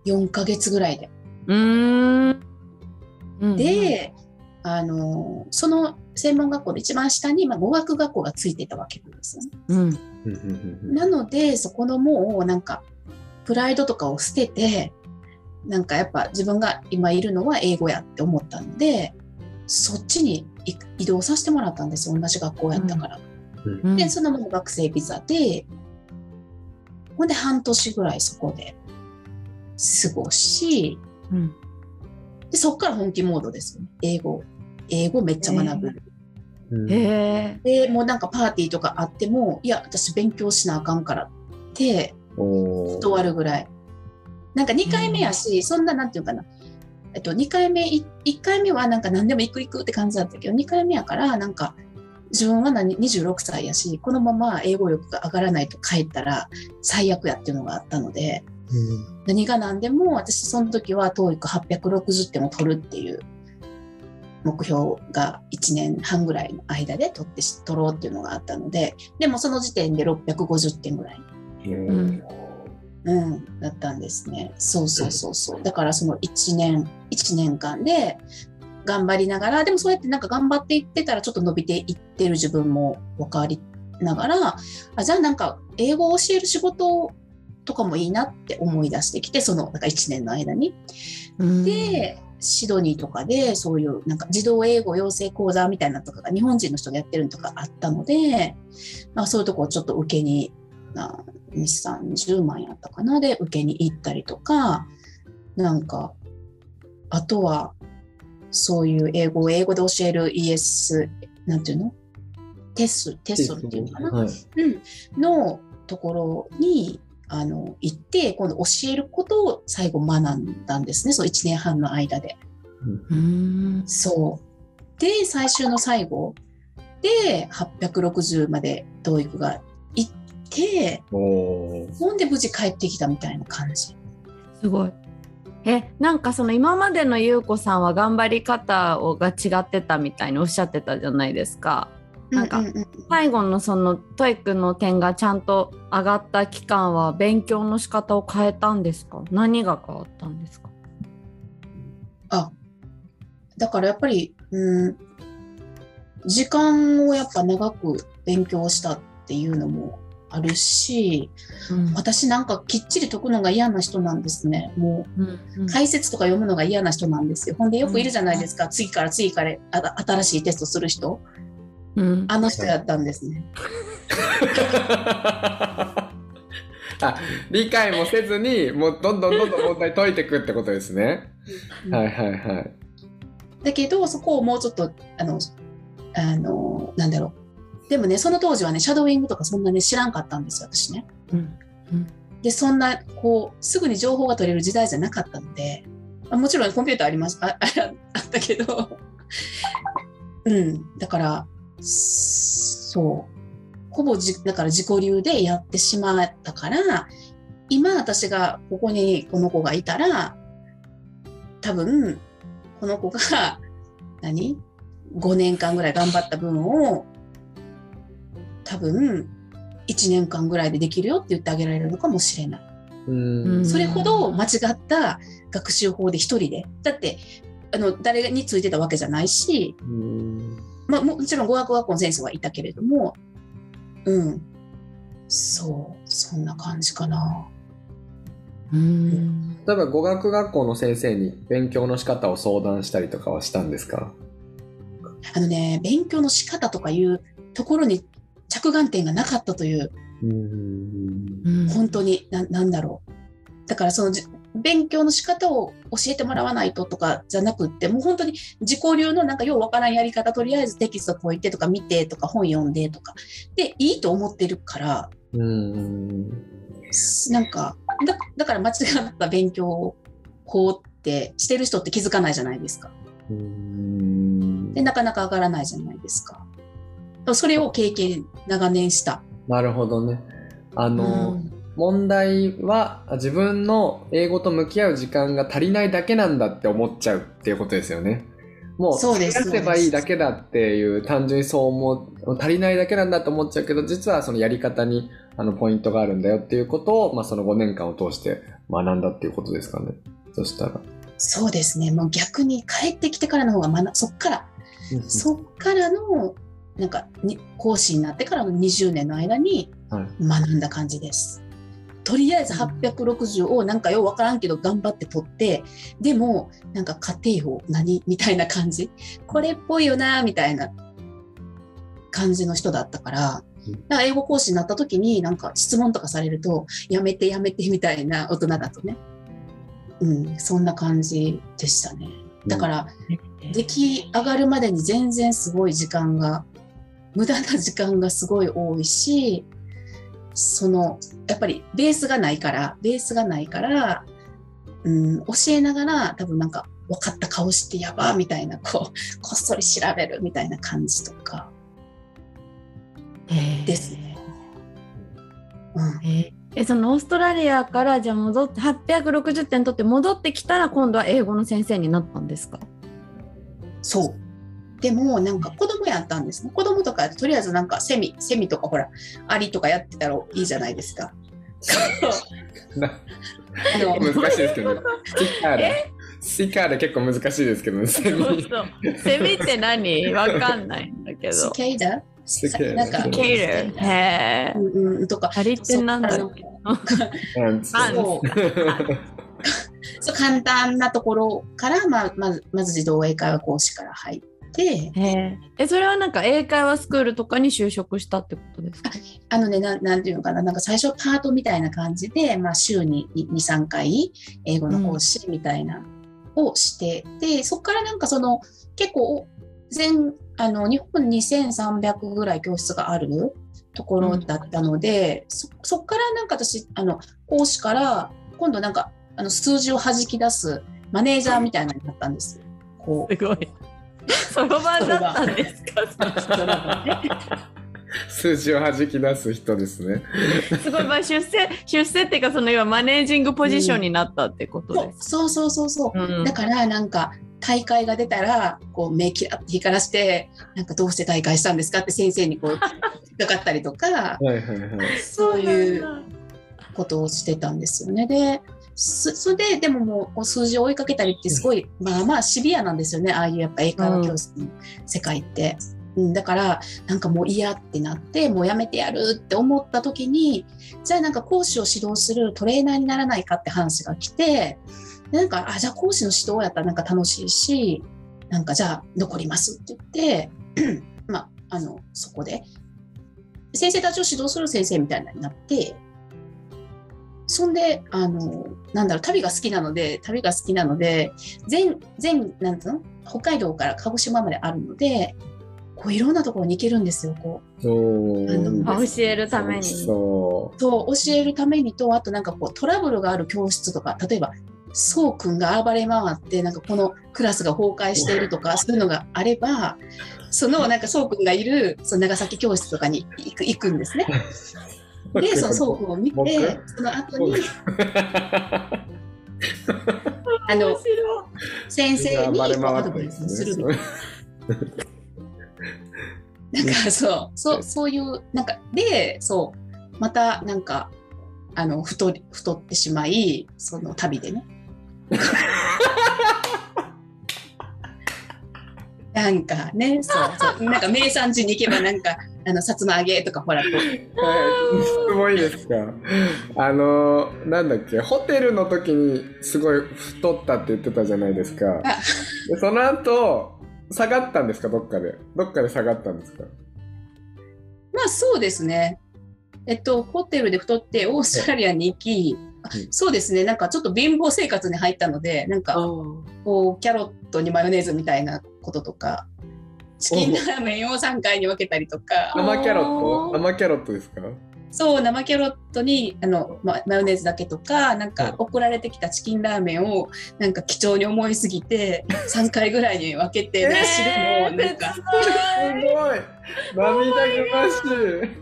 よんかげつぐらいで。うーんで、あのその専門学校の一番下に、まあ、語学学校がついてたわけなんですよね。うん、なのでそこのもうなんかプライドとかを捨てて、なんかやっぱ自分が今いるのは英語やって思ったのでそっちに移動させてもらったんですよ。同じ学校やったから、うんうん、でそのまま学生ビザでほんで半年ぐらいそこで過ごし、うん、でそっから本気モードですよね。英語英語めっちゃ学ぶ、えー、でもうなんかパーティーとかあってもいや私勉強しなあかんからって断るぐらい。なんかにかいめやし、うん、そんななんていうかな、えっと、にかいめいっかいめはなんか何でも行く行くって感じだったけどにかいめやからなんか自分はにじゅうろくさいやしこのまま英語力が上がらないと帰ったら最悪やっていうのがあったので、うん、何が何でも私その時は トーイックはっぴゃくろくじゅってんを取るっていう目標がいちねんはんぐらいの間で取って取ろうっていうのがあったので、でもその時点でろっぴゃくごじゅってんぐらい、うんうん、だったんですね。そうそうそうそう。だからそのいちねんいちねんかんで頑張りながら、でもそうやってなんか頑張っていってたらちょっと伸びていってる自分も分かりながら、あ、じゃあなんか英語を教える仕事とかもいいなって思い出してきて、そのなんかいちねんの間に。で、シドニーとかでそういうなんか児童英語養成講座みたいなのとかが日本人の人がやってるのとかあったので、まあ、そういうとこをちょっと受けににじゅう、さんじゅうまんやったかなで受けに行ったりとか、なんかあとはそういう英語を英語で教える イーエス なんていうのテステストっていうのかな、はい、うん、のところにあの行って今度教えることを最後学んだんですね、そういちねんはんの間で。うん、そうで最終の最後ではっぴゃくろくじゅうまで トーイック が行って、ほんで無事帰ってきたみたいな感じ。 すごい。え、なんかその今までの優子さんは頑張り方をが違ってたみたいにおっしゃってたじゃないですか。なんか最後のそのトイックの点がちゃんと上がった期間は勉強の仕方を変えたんですか？何が変わったんですか？ あ、だからやっぱり、うん、時間をやっぱ長く勉強したっていうのもあるし、うん、私なんかきっちり解くのが嫌な人なんですね。もう、うんうん、解説とか読むのが嫌な人なんですよ。ほんでよくいるじゃないですか、うん、次から次から新しいテストする人、うん、あの人やったんですね。 あ、理解もせずにもうどんどんどんどん問題解いていくってことですね。はいはいはい。 だけどそこをもうちょっとあのあのなんだろう、でもねその当時はねシャドーイングとかそんなに知らんかったんですよ私ね。うんうん、でそんなこうすぐに情報が取れる時代じゃなかったので、もちろんコンピューターありまし あ, あ, あったけど、うん、だからそうほぼじだから自己流でやってしまったから、今私がここにこの子がいたら多分この子が何ごねんかんぐらい頑張った分を多分いちねんかんぐらいでできるよって言ってあげられるのかもしれない。うん、それほど間違った学習法で一人でだってあの誰についてたわけじゃないし、うん、まあ、もちろん語学学校の先生はいたけれども、うん、そうそんな感じかな。 うん、例えば語学学校の先生に勉強の仕方を相談したりとかはしたんですか？ あのね、勉強の仕方とかいうところに着眼点がなかったという、うん、本当に な, なんだろう。だからその勉強の仕方を教えてもらわないととかじゃなくって、もう本当に自己流のなんかようわからんやり方、とりあえずテキスト解いてとか見てとか本読んでとかでいいと思ってるから、うん、なんか だ, だから間違った勉強法ってしてる人って気づかないじゃないですか。うんでなかなか上がらないじゃないですか。それを経験長年した。 なるほどね。あの、うん、問題は自分の英語と向き合う時間が足りないだけなんだって思っちゃうっていうことですよね。もう増やせばいいだけだっていう単純にそう思う、足りないだけなんだと思っちゃうけど、実はそのやり方にあのポイントがあるんだよっていうことを、まあ、そのごねんかんを通して学んだっていうことですかね。そしたらそうですね。もう逆に帰ってきてからの方が学そっからそっからのなんかに講師になってからのにじゅうねんの間に学んだ感じです、はい、とりあえずはっぴゃくろくじゅうをなんかようわからんけど頑張って取って、でもなんか家庭法何みたいな感じ、これっぽいよなみたいな感じの人だったから、だから英語講師になった時になんか質問とかされるとやめてやめてみたいな、大人だとね、うん、そんな感じでしたね。だから出来上がるまでに全然すごい時間が無駄な時間がすごい多いし、そのやっぱりベースがないからベースがないから、うん、教えながら多分なんか分かった顔してやばみたいな、こうこっそり調べるみたいな感じとかですね。 うん、えー、そのオーストラリアからじゃあ戻ってはっぴゃくろくじゅってん取って戻ってきたら今度は英語の先生になったんですか？ そう。でもなんか子供やったんですね。子供とかとりあえずなんかセミセミとかほらアリとかやってたらいいじゃないですか。 あの難しいですけど、ね、シカーラシカーラ結構難しいですけどね。セミそうそうセミって何わかんないんだけど。 シケイダすげえなんかスケール。へえ。 うんうんとか、 あれってなんだろう。 なんつパンそうそう簡単なところから、まあ、まずまず自動英会話講師から入って、 へえ。え、それはなんか英会話スクールとかに就職したってことですか？ あのね、ななんていうのかな、なんか最初パートみたいな感じで、まあ、週にに、さんかい英語の講師みたいな、をしてで、そこからなんかその結構全あの日本にせんさんびゃくぐらい教室があるところだったので、うん、そそこからなんか私あの講師から今度なんかあの数字を弾き出すマネージャーみたいなのになったんですよ。こうすごい。そろばんだったんですか？ 数字を弾き出す人ですね。 すごい、まあ、出世出世っていうかその要はマネージングポジションになったってことです、 うん、そうそうそうそう、うん、だからなんか大会が出たらこう目キラッて光らしてなんかどうして大会したんですかって先生にこう引っかかったりとかはいはい、はい、そういうことをしてたんですよね。でそれででももう数字を追いかけたりってすごい、うん、まあまあシビアなんですよね、ああいうやっぱ英会話教室の世界って、うん、だからなんかもう嫌ってなってもうやめてやるって思った時にじゃあなんか講師を指導するトレーナーにならないかって話が来て、でなんかあじゃあ講師の指導やったらなんか楽しいしなんかじゃあ残りますって言ってまああのそこで先生たちを指導する先生みたいになって、そんであのなんだろう旅が好きなので旅が好きなので全全なんていうの北海道から鹿児島まであるのでこういろんなところに行けるんですよ。こうあの教えるためにそう教えるためにとあとなんかこうトラブルがある教室とか例えばそうくんが暴れ回ってなんかこのクラスが崩壊しているとかそういうのがあればそのなんかそうくんがいるその長崎教室とかに行く行くんですね。でそのそうくんを見てその後にあの先生にアドバイスするみたいな。なんかそうそうそういうなんかでそうまたなんかあの太り太ってしまいその旅でねなんかねそうそうなんか名産地に行けばなんかあのさつま揚げとかほらこうすごいですか。あのなんだっけホテルの時にすごい太ったって言ってたじゃないですか。でその後下がったんですか？どっかでどっかで下がったんですか？ まあそうですね。えっとホテルで太ってオーストラリアに行き、そうですねなんかちょっと貧乏生活に入ったのでなんかこうキャロットにマヨネーズみたいなこととかチキンラーメンをさんかいに分けたりとか。 生キャロット生キャロットですか？ そう生キャロットにあの、ま、マヨネーズだけとかなんか送られてきたチキンラーメンをなんか貴重に思いすぎてさんかいぐらいに分けて、えー、汁もなんかすごい涙ぐましいやばい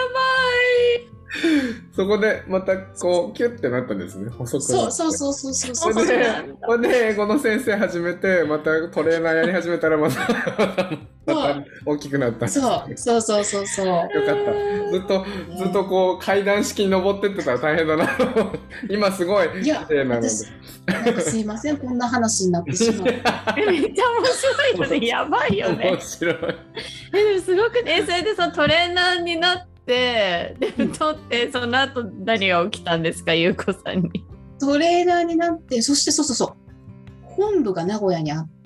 そこでまたこうキュッてなったんですね。細くなってそうそうそうそうそうそうでそれで英語の先生始めてまたトレーナーやり始めたらまたまた大きくなったんです、 ね、そうそうそうそうよかったずっとずっとこう階段式に登ってってたら大変だな今すごい綺麗なのでなんかすいませんこんな話になってしまうめっちゃ面白いよねやばいよね面白いえでもすごくねそれでそのトレーナーになってで太ってその後何が起きたんですかゆうこさんに。 トレーナーになってそしてそうそうそう本部が名古屋にあって、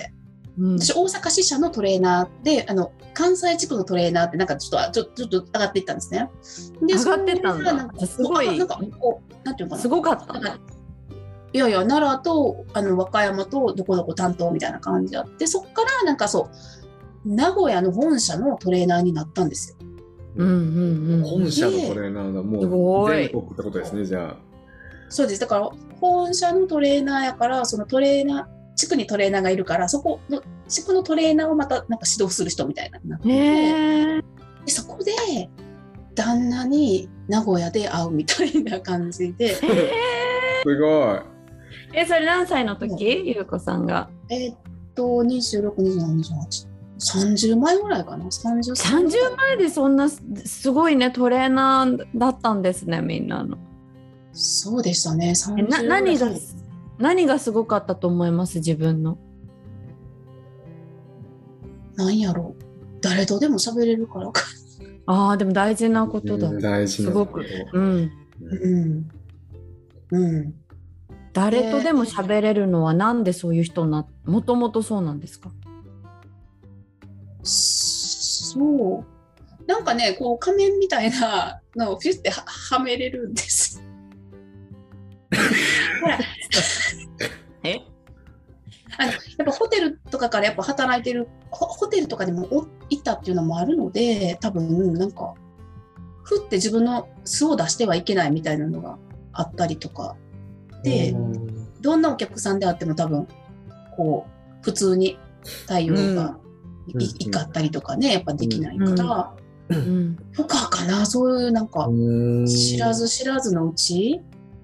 うん、私大阪支社のトレーナーであの関西地区のトレーナーってなんかちょっとちょちょっと上がっていったんですね。 で上がってったんだ。なんかすごいなんかこうなんていうのかなすごかったな。 いやいや奈良とあの和歌山とどこどこ担当みたいな感じであってそっからなんかそう名古屋の本社のトレーナーになったんですよ。 うんうんうん、 本社のトレーナーがもう全国ってことですね。じゃあそうです。だから本社のトレーナーやからそのトレーナー地区にトレーナーがいるからそこの地区のトレーナーをまたなんか指導する人みたいなになっててでそこで旦那に名古屋で会うみたいな感じで、 すごい。 えそれ何歳の時ゆうこさんが？ えー、っとにじゅうろく、にじゅうなな、にじゅうはちさんじゅうまいぐらいかな。さんじゅうさんじゅうまいでそんなすごいねトレーナーだったんですねみんなの。 そうでしたね。 えな何が何がすごかったと思います自分の？ なんやろう誰とでも喋れるからか。 ああ、でも大事なことだ。 大事なすごく。うん。 うんうん。 誰とでも喋れるのはなんでそういう人にな、もともとそうなんですか？ そう。なんかね、こう仮面みたいなのをピュッてははめれるんです。ほらえあのやっぱホテルとかからやっぱ働いてるホ、ホテルとかでもおいたっていうのもあるので、多分なんかふって自分の素を出してはいけないみたいなのがあったりとかで、どんなお客さんであっても多分こう普通に対応がい,、いかったりとかね、やっぱできないから、うんうん、とかかな、そういうなんか知らず知らずのうち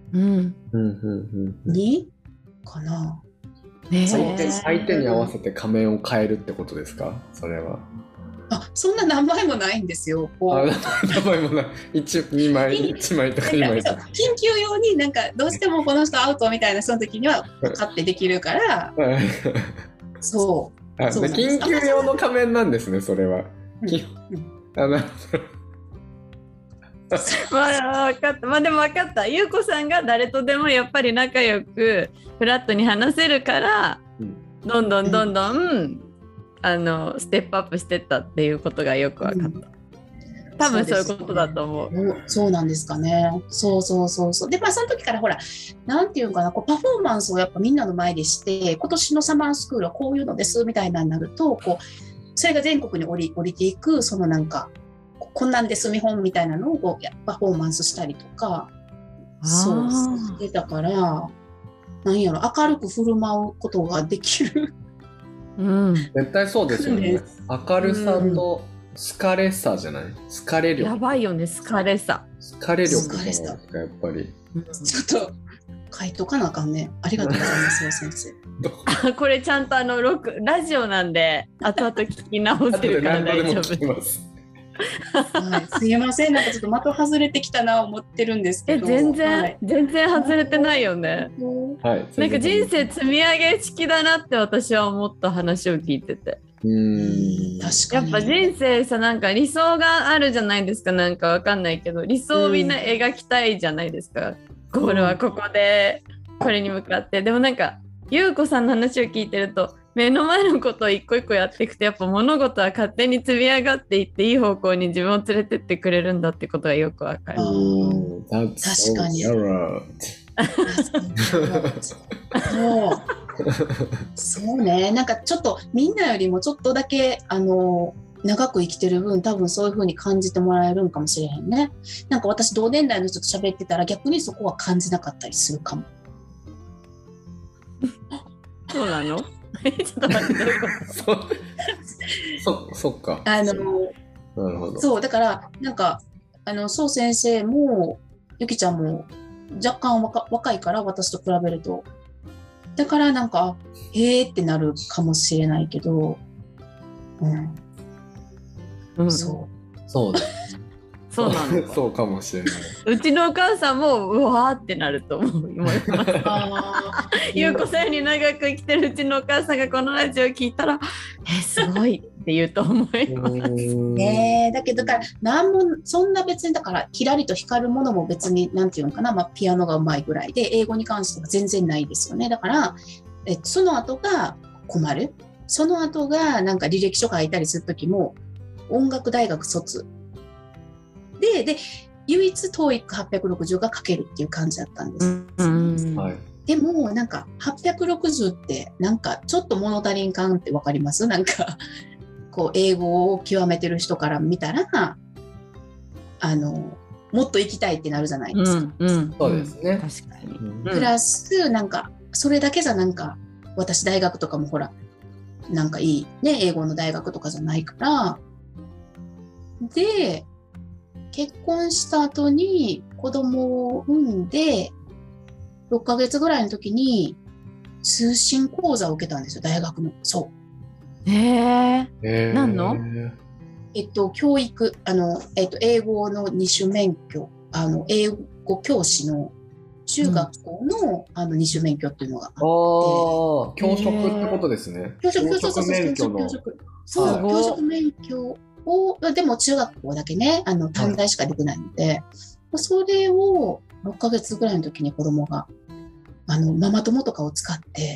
にかな。 相手、相手に合わせて仮面を変えるってことですか？それは。 あ、そんな何枚もないんですよ。こうあ、何枚もない。いち、にまい、いちまいとかにまいとか。 緊急用になんかどうしてもこの人アウトみたいなその時には買ってできるから。そう。 あ、そう緊急用の仮面なんですね、それは。うん、あ、なるほど。 まあ分かった。まあでも分かった。ゆうこさんが誰とでもやっぱり仲良くフラットに話せるから、うん、どんどんどんどん、うん、あのステップアップしてったっていうことがよく分かった。うん、多分そういうことだと思う。 そう、そうなんですかね。そうそうそうそう。でまあその時からほらなんていうかな、こうパフォーマンスをやっぱみんなの前でして、今年のサマースクールはこういうのですみたいなになると、こうそれが全国に降り降りていく、そのなんかこんなんです見本みたいなのをパフォーマンスしたりとか、そうしてたから、なんやろ、明るく振る舞うことができる。 うん、 絶対そうですよね。明るさと好かれさじゃない？好かれ力。 やばいよね、好かれさ。 好かれ力じゃないですか、やっぱり。 ちょっと書いとかなあかんね。ありがとうございますよ、先生。これちゃんとあのロラジオなんで後々聞き直せるから大丈夫。 はい、すいません、なんかちょっと的外れてきたな思ってるんですけど。 え、全然、はい、全然外れてないよね。 はい、 なんか人生積み上げ式だなって私は思った話を聞いてて。 うーん、確かに。 やっぱ人生さ、なんか理想があるじゃないですか。なんかわかんないけど理想をみんな描きたいじゃないですか。ゴールはここでこれに向かって。でもなんかゆうこさんの話を聞いてると、目の前のことを一個一個やっていくと、やっぱ物事は勝手に積み上がっていっていい方向に自分を連れてってくれるんだってことがよくわかる。 確かに。そうそうね、なんかちょっとみんなよりもちょっとだけあの長く生きてる分、多分そういう風に感じてもらえるんかもしれへんね。なんか私同年代の人と喋ってたら逆にそこは感じなかったりするかも。 そうなの？ちょっと待って。 そ, そっか。 あの、 なるほど。 そうだからなんかあのそう先生もゆきちゃんも若干若若いから私と比べると、だからなんかへーってなるかもしれないけど、うん、うん、そうそうだ。 そうなのか。 そうかもしれない。 うちのお母さんもうわーってなると思います。ゆうこさんに長く生きてるうちのお母さんがこのラジオ聞いたらえすごいって言うと思います。 ねえ、だけどだからなんもそんな別にだからキラリと光るものも別になんていうのかな、まあ、ピアノがうまいぐらいで英語に関しては全然ないですよね。だからえその後が困る。その後がなんか履歴書書いたりする時も音楽大学卒で、で唯一 トーイックはっぴゃくろくじゅう が書けるっていう感じだったんです、うんはい、でもなんかはっぴゃくろくじゅうってなんかちょっと物足りん感って分かります？なんかこう英語を極めてる人から見たらあのもっと行きたいってなるじゃないですか、 うんうん、そうですね。 確かに、うん、 プラスなんかそれだけじゃなんか私大学とかもほらなんかいいね英語の大学とかじゃないからで結婚した後に子供を産んでろっかげつぐらいの時に通信講座を受けたんですよ、大学の。そうへえ。何の？ えっと教育あの、えっと、英語の二種免許、あの英語教師の中学校の、あの二種免許っていうのがあって、 ああ、教職ってことですね。 教職、そうそうそう、 免許の。 教職、そう、 はい教職免許を、でも中学校だけね、あの短大しか出てないので、それをろっかげつぐらいの時に子供が、あのママ友とかを使って、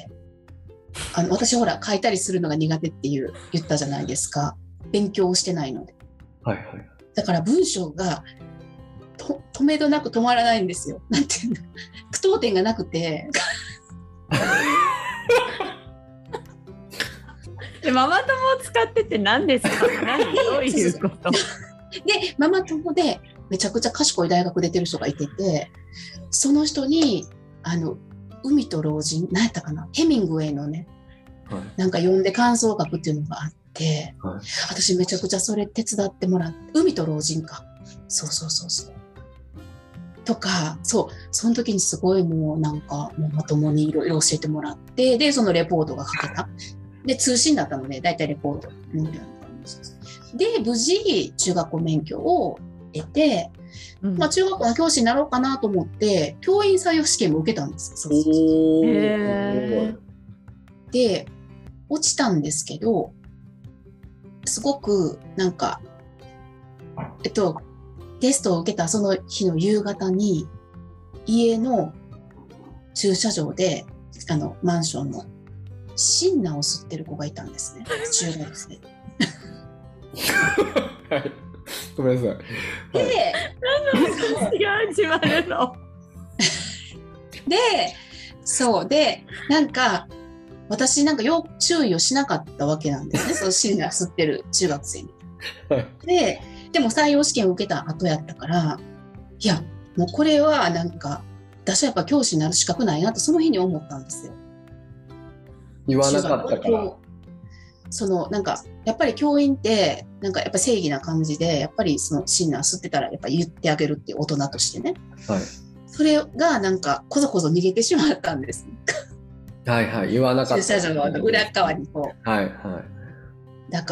あの私ほら書いたりするのが苦手っていう言ったじゃないですか。勉強をしてないので。 はいはい。 だから文章がと止めどなく止まらないんですよ。なんていうの、句読点がなくて。 でママ友を使ってて何ですか？何どういうこと？ でママ友でめちゃくちゃ賢い大学出てる人がいてて、その人にあの海と老人、何やったかな、ヘミングウェイのね、はい、なんか読んで感想を書くっていうのがあって、はい、私めちゃくちゃそれ手伝ってもらって、海と老人か、そうそうそうそうとか、そうその時にすごいもうなんかもうまともにいろいろ教えてもらって、でそのレポートが書けた、で通信だったのでだいたいレポート、うん、で無事中学校免許を得て、うん、まあ、中学校の教師になろうかなと思って教員採用試験も受けたんです。そうそうそう、へー。で落ちたんですけど、すごくなんかえっとテストを受けたその日の夕方に家の駐車場であのマンションのシンナーを吸ってる子がいたんですね、中学生。 はい、ごめんなさい。 で、 はい、何の話が始まるの？ で、そうで、なんか私なんかよ注意をしなかったわけなんですね。そのシンナー吸ってる中学生に。で、でも採用試験を受けた後やったから、いやもうこれはなんか私はやっぱ教師になる資格ないなとその日に思ったんですよ。 言わなかったから。 そのなんかやっぱり教員ってなんかやっぱ正義な感じでやっぱりそのシンナー吸ってたらやっぱ言ってあげるっていう大人としてね、はい、それがなんかこそこそ逃げてしまったんです。 はいはい、言わなかった。 駐車場の裏側にこう、はいはい、 だから、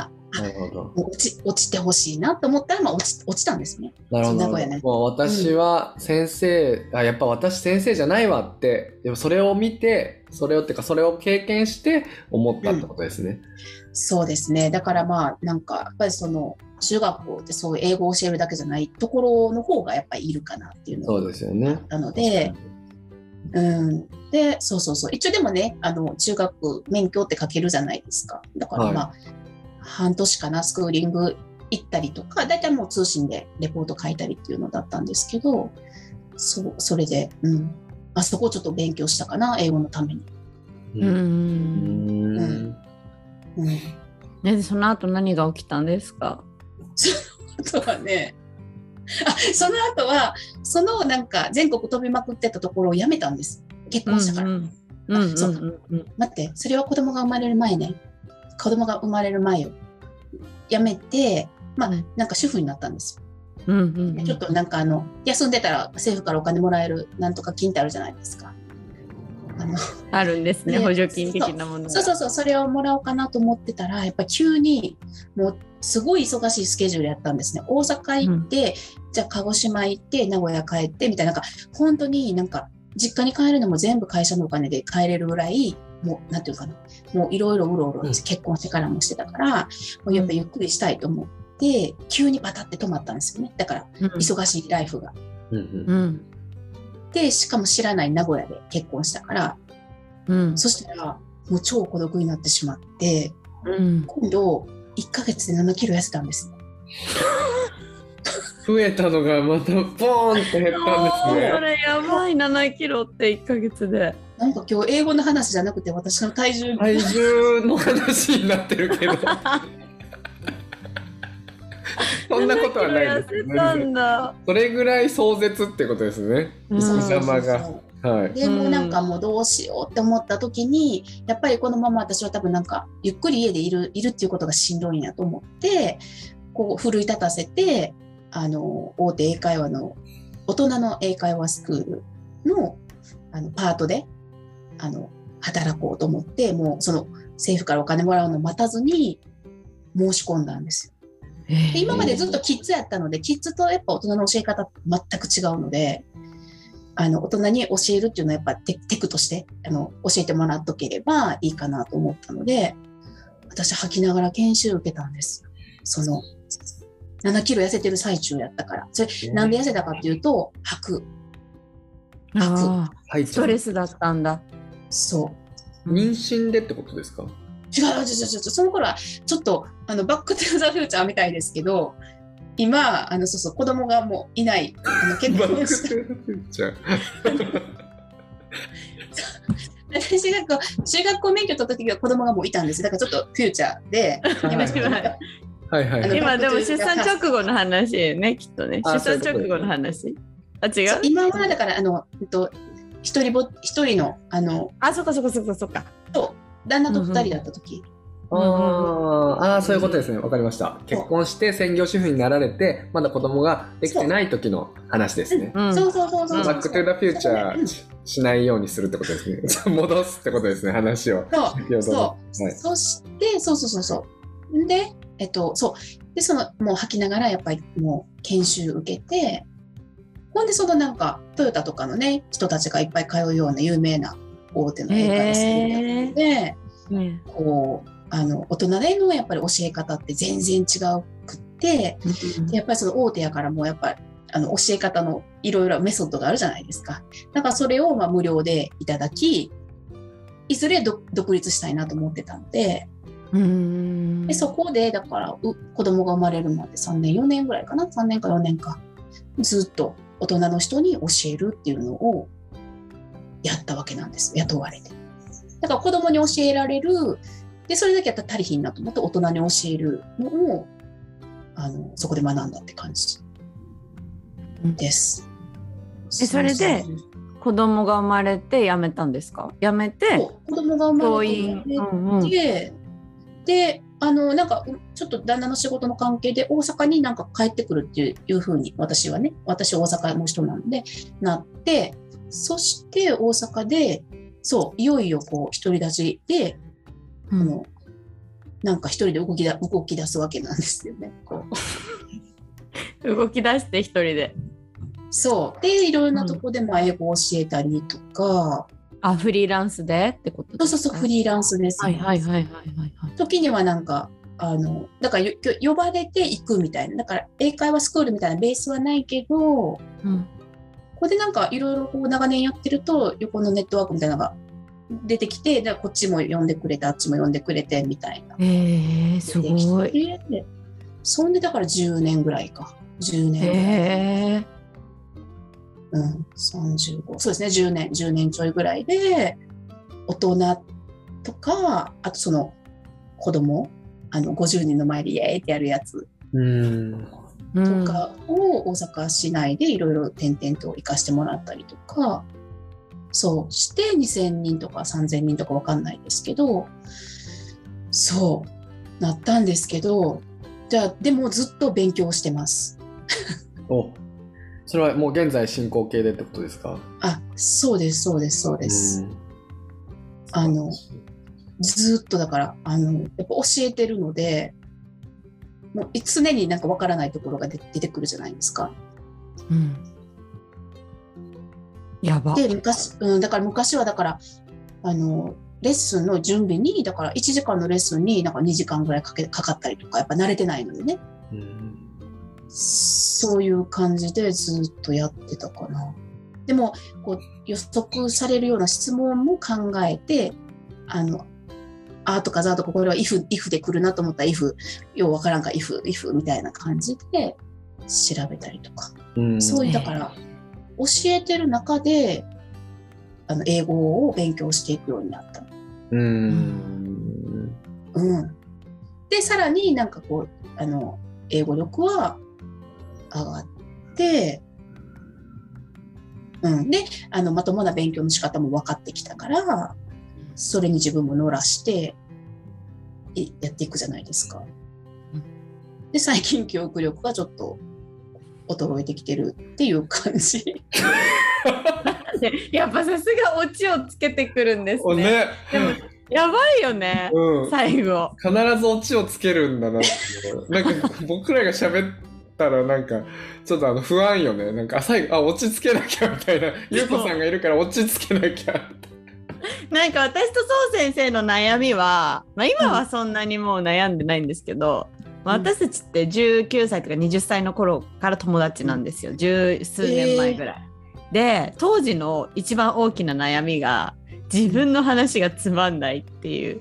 なるほど、落ち、落ちてほしいなと思ったら、まあ、落ち、落ちたんですね。 なるほど、ね、もう私は先生、うん、あやっぱ私先生じゃないわってでもそれを見てそれをってかそれを経験して思ったってことですね、 うん、そうですね。だからまあなんかやっぱりその中学校ってそういう英語を教えるだけじゃないところの方がやっぱりいるかなっていうのがあったので、うん、でそうそうそう、一応でもねあの中学免許って書けるじゃないですか。だからまあ、はい、半年かなスクーリング行ったりとか、だいたいもう通信でレポート書いたりっていうのだったんですけど、そ, それで、うん、あそこちょっと勉強したかな、英語のために。 うんうんうんうん、でその後何が起きたんですか？ その後はね、あその後はそのなんか全国飛びまくってたところを辞めたんです。結婚したから。うんうんうん、そう、待って、それは子供が生まれる前ね。子供が生まれる前よ。辞めて、まあなんか主婦になったんですよ。うんうんうん、ちょっとなんかあの休んでたら政府からお金もらえるなんとか金ってあるじゃないですか。 あのあるんですね、補助金的なものが。 そうそうそう、それをもらおうかなと思ってたらやっぱり急にもうすごい忙しいスケジュールやったんですね。大阪行って、うん、じゃあ鹿児島行って名古屋帰ってみたいな、なんか本当になんか実家に帰るのも全部会社のお金で帰れるぐらいもうなんていうかな、もういろいろうろうろ結婚してからもしてたから、うん、もうやっぱゆっくりしたいと思って、うん、急にバタって止まったんですよね。だから、うん、忙しいライフが、うんうん、でしかも知らない名古屋で結婚したから、うん、そしたらもう超孤独になってしまって、うん、今度いっかげつでななキロ痩せたんですね。 増えたのがまたポーンって減ったんですね。 それやばい、ななキロっていっかげつで。 なんか今日英語の話じゃなくて私の体重体重の話になってるけどそんなことはないですね。それぐらい壮絶ってことですね、お子様が。はい、 でもなんかもうどうしようって思った時にやっぱりこのまま私は多分なんかゆっくり家でいるいるっていうことがしんどいんやと思ってこう奮い立たせてあの大手英会話の大人の英会話スクール の, あのパートであの働こうと思ってもうその政府からお金もらうのを待たずに申し込んだんですよ。で今までずっとキッズやったのでキッズとやっぱ大人の教え方全く違うのであの大人に教えるっていうのはやっぱテ, テクとしてあの教えてもらっとければいいかなと思ったので、私吐きながら研修受けたんです。そのななキロ痩せてる最中やったから。それなんで痩せたかっていうと吐く吐くストレスだったんだ。 そう妊娠でってことですか？ 違う違う違う、その頃はちょっとあのバックトゥザフューチャーみたいですけど、今あのそうそう子供がもういないあの結婚した私がこう中学校免許取った時は子供がもういたんです。だからちょっとフューチャーで今はいはい、 今でも出産直後の話ね、きっとね。出産直後の話。あ、違う。 今はだからあのえっと一人ぼ一人のあのあ、そっかそっかそっかそっか。 そう旦那と二人だった時。 うんうん、ああ、そういうことですね。わかりました。結婚して専業主婦になられて、まだ子供ができてない時の話ですね。 そうそうそうそう。 バックトゥーザフューチャーしないようにするってことですね。戻すってことですね、話を。 そうそう、はい、そしてそうそうそうそうで、えっとそうでそのもう吐きながらやっぱりもう研修受けて、ほんでそのなんかトヨタとかのね人たちがいっぱい通うような有名な大手の英会話スクールだったので、ね、こうあの大人でのやっぱり教え方って全然違うくって、うん、でやっぱりその大手やからもうやっぱりあの教え方のいろいろメソッドがあるじゃないですか。だからそれをまあ無料でいただき、いずれ独立したいなと思ってたので、うーんでそこでだから子供が生まれるまでさんねんよねんぐらいかな、さんねんかよねんかずっと大人の人に教えるっていうのをやったわけなんです。雇われて。だから子供に教えられる、でそれだけやったら足りひんなと思って大人に教えるのをあのそこで学んだって感じです。 えそれで子供が生まれて辞めたんですか？辞めて子供が生まれて辞めて、うんうん、であのなんかちょっと旦那の仕事の関係で大阪になんか帰ってくるっていう、いう風に私はね、私大阪の人なんでなって、そして大阪でそういよいよこう独り立ちで、うん、あのなんか一人で動きだ動き出すわけなんですよね。こう動き出して一人で。 そうでいろんなとこでも英語を教えたりとか、 うん、あフリーランスでってことですか？ そうそうそうフリーランスです、 ね。はいはいはいはいはい、はい。 時にはなんかあのだから呼ばれて行くみたいな、だから英会話スクールみたいなベースはないけど、うん、ここでなんかいろいろ長年やってると横のネットワークみたいなのが出てきて、だからこっちも呼んでくれてあっちも呼んでくれてみたいな。 えー、すごい。 そんでだからじゅうねんぐらいか。じゅうねんぐらい。 えーうん、さんじゅうごそうですね、じゅうねんじゅうねんちょいぐらいで大人とか、あとその子供あのごじゅうにんの前でイエーイってやるやつうんとかを大阪市内でいろいろ転々と行かしてもらったりとか、そうしてにせんにんとかさんぜんにんとか分かんないですけど、そうなったんですけど、じゃあでもずっと勉強してます。 おそれはもう現在進行形でってことですか？ あ、そうですそうですそうです。うんあのずっとだからあのやっぱ教えてるので、もう常になんかわからないところが出てくるじゃないですか。 うん。やば。 で昔、うん、だから昔はだからあのレッスンの準備にだからいちじかんのレッスンになんかにじかんぐらいかけかかったりとか、やっぱ慣れてないのでね。うん、そういう感じでずっとやってたかな。でもこう予測されるような質問も考えて、あのあーとかざーとかこれは if, if で来るなと思ったら if ようわからんか if, if みたいな感じで調べたりとか、うん、そういうだから教えてる中であの英語を勉強していくようになった。うん、うん、でさらになんかこうあの英語力は上がって、うん、であのまともな勉強の仕方も分かってきたから、それに自分も乗らしてやっていくじゃないですか。で最近記憶力がちょっと衰えてきてるっていう感じ。 やっぱさすがオチをつけてくるんですね。ねでもやばいよね、うん、最後必ずオチをつけるんだなってなんか僕らが喋ったらなんかちょっとあの不安よね。なんか最後あ落ち着けなきゃみたいな、ゆうこさんがいるから落ち着けなきゃ。 なんか私とそう先生の悩みは、まあ、今はそんなにもう悩んでないんですけど、まあ、私たちってじゅうきゅうさいとかはたちの頃から友達なんですよ、十数年前ぐらい、えー、で当時の一番大きな悩みが自分の話がつまんないっていう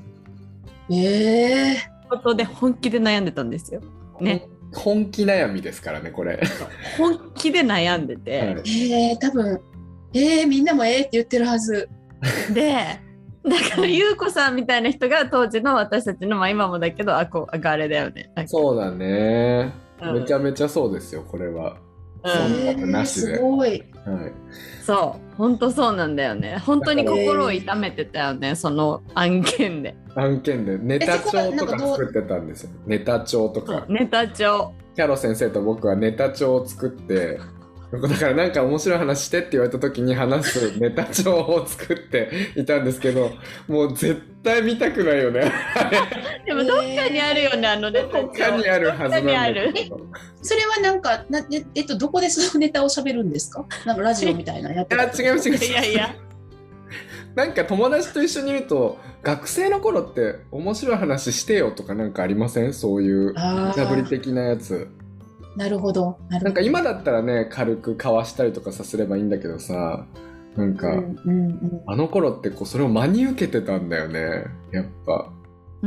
ことで本気で悩んでたんですよ、ね、 本気悩みですからねこれ。 本気で悩んでて、はい、 えー、多分えー、みんなもえーって言ってるはずでだから優子さんみたいな人が当時の私たちの、まあ、今もだけどあこああれだよね。 そうだね、うん、めちゃめちゃそうですよこれは、 うん、忖度なしで、えー、すごい、はい、 そう本当そうなんだよね。本当に心を痛めてたよね、その案件で案件でネタ帳とか作ってたんですよ。ネタ帳とか、 ネタ帳、 キャロ先生と僕はネタ帳を作ってだからなんか面白い話してって言われた時に話すネタ帳を作っていたんですけど、もう絶対見たくないよね。 でもどっかにあるよね、あのネタ帳。 どっかにあるはずなんだけど。 それはなんかな、えっと、どこでそのネタを喋るんですか？なんかラジオみたいなやってあ、違う違う違う。 いやいや。 なんか友達と一緒にいると学生の頃って面白い話してよとかなんかありません？そういうダブリ的なやつ。 なるほど。なるほど。 なんか今だったらね軽く交わしたりとかさせればいいんだけどさ、なんか、うんうんうん、あの頃ってこうそれを真に受けてたんだよねやっぱ、うん、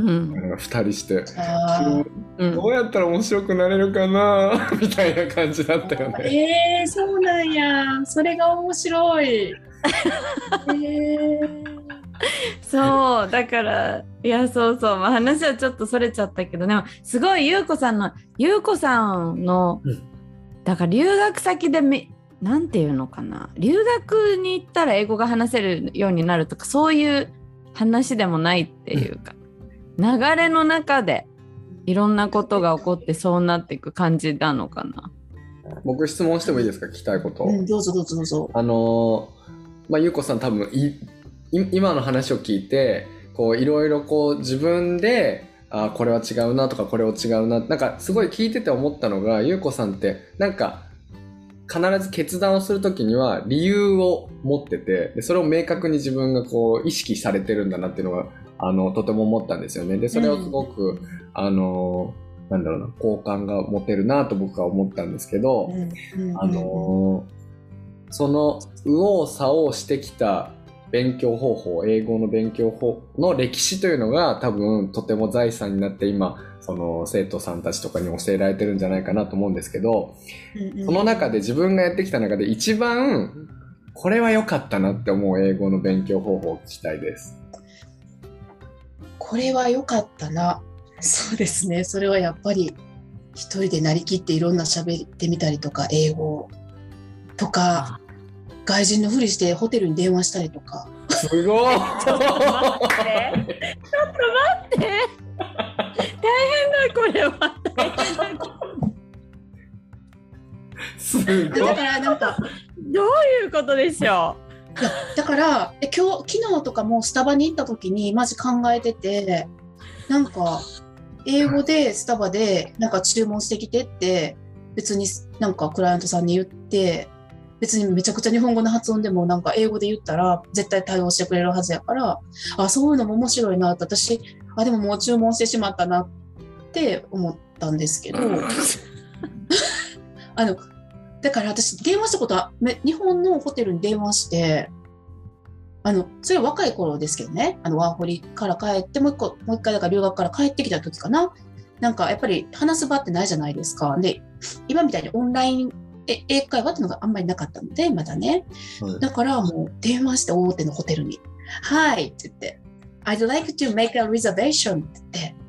ふたりしてあ、うん、どうやったら面白くなれるかなみたいな感じだったよね。えー、そうなんや、それが面白い。えーそうだからいやそうそう、まあ、話はちょっとそれちゃったけど、でもすごい優子さんの優子さんの、うん、だから留学先でめなんていうのかな、留学に行ったら英語が話せるようになるとかそういう話でもないっていうか、うん、流れの中でいろんなことが起こってそうなっていく感じなのかな。 僕質問してもいいですか？聞きたいこと、 うん、どうぞどうぞどうぞ。 あのー、まあ優子さん多分い今の話を聞いてこういろいろこう自分であこれは違うなとかこれを違うな、なんかすごい聞いてて思ったのが、ゆうこさんってなんか必ず決断をするときには理由を持ってて、でそれを明確に自分がこう意識されてるんだなっていうのがあのとても思ったんですよね。でそれをすごく、うん、あのなんだろうな好感が持てるなと僕は思ったんですけど、うんうん、あのその右往左往してきた勉強方法、英語の勉強法の歴史というのが多分とても財産になって今その生徒さんたちとかに教えられてるんじゃないかなと思うんですけど、うんうん、その中で自分がやってきた中で一番これは良かったなって思う英語の勉強方法を聞きたいです。 これは良かったな。そうですね、それはやっぱり一人でなりきっていろんな喋ってみたりとか、英語とか外人のふりしてホテルに電話したりとか。 すごい。 ちょっと待って。ちょっと待って。大変だこれは。 すごい。 だからなんかどういうことでしょう。いやだからえ今日昨日とかもスタバに行った時にマジ考えてて、なんか英語でスタバでなんか注文してきてって別になんかクライアントさんに言って。別にめちゃくちゃ日本語の発音でもなんか英語で言ったら絶対対応してくれるはずやから、あそういうのも面白いなって私あでももう注文してしまったなって思ったんですけどあのだから私電話したことは日本のホテルに電話してあのそれは若い頃ですけどね、あのワーホリから帰ってもう一個もう一回だから留学から帰ってきた時かな、なんかやっぱり話す場ってないじゃないですか。で今みたいにオンラインえ英会話っていうのがあんまりなかったのでまだね、はい、だからもう電話して大手のホテルにはいって言って I'd like to make a reservation って言って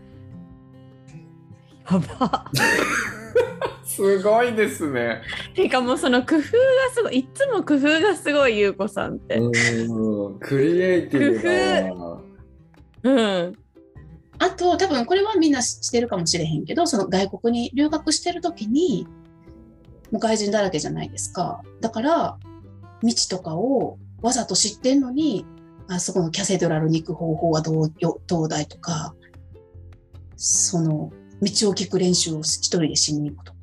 やばすごいですね。 てかもうその工夫がすごい、いつも工夫がすごい優子さんって、 うんクリエイティブだ工夫、うん、 あと多分これはみんなしてるかもしれへんけど、その外国に留学してる時にもう外人だらけじゃないですか。だから道とかをわざと知ってんのに、あそこのキャセドラルに行く方法はどうどうだいとか、その道を聞く練習を一人でしに行くと。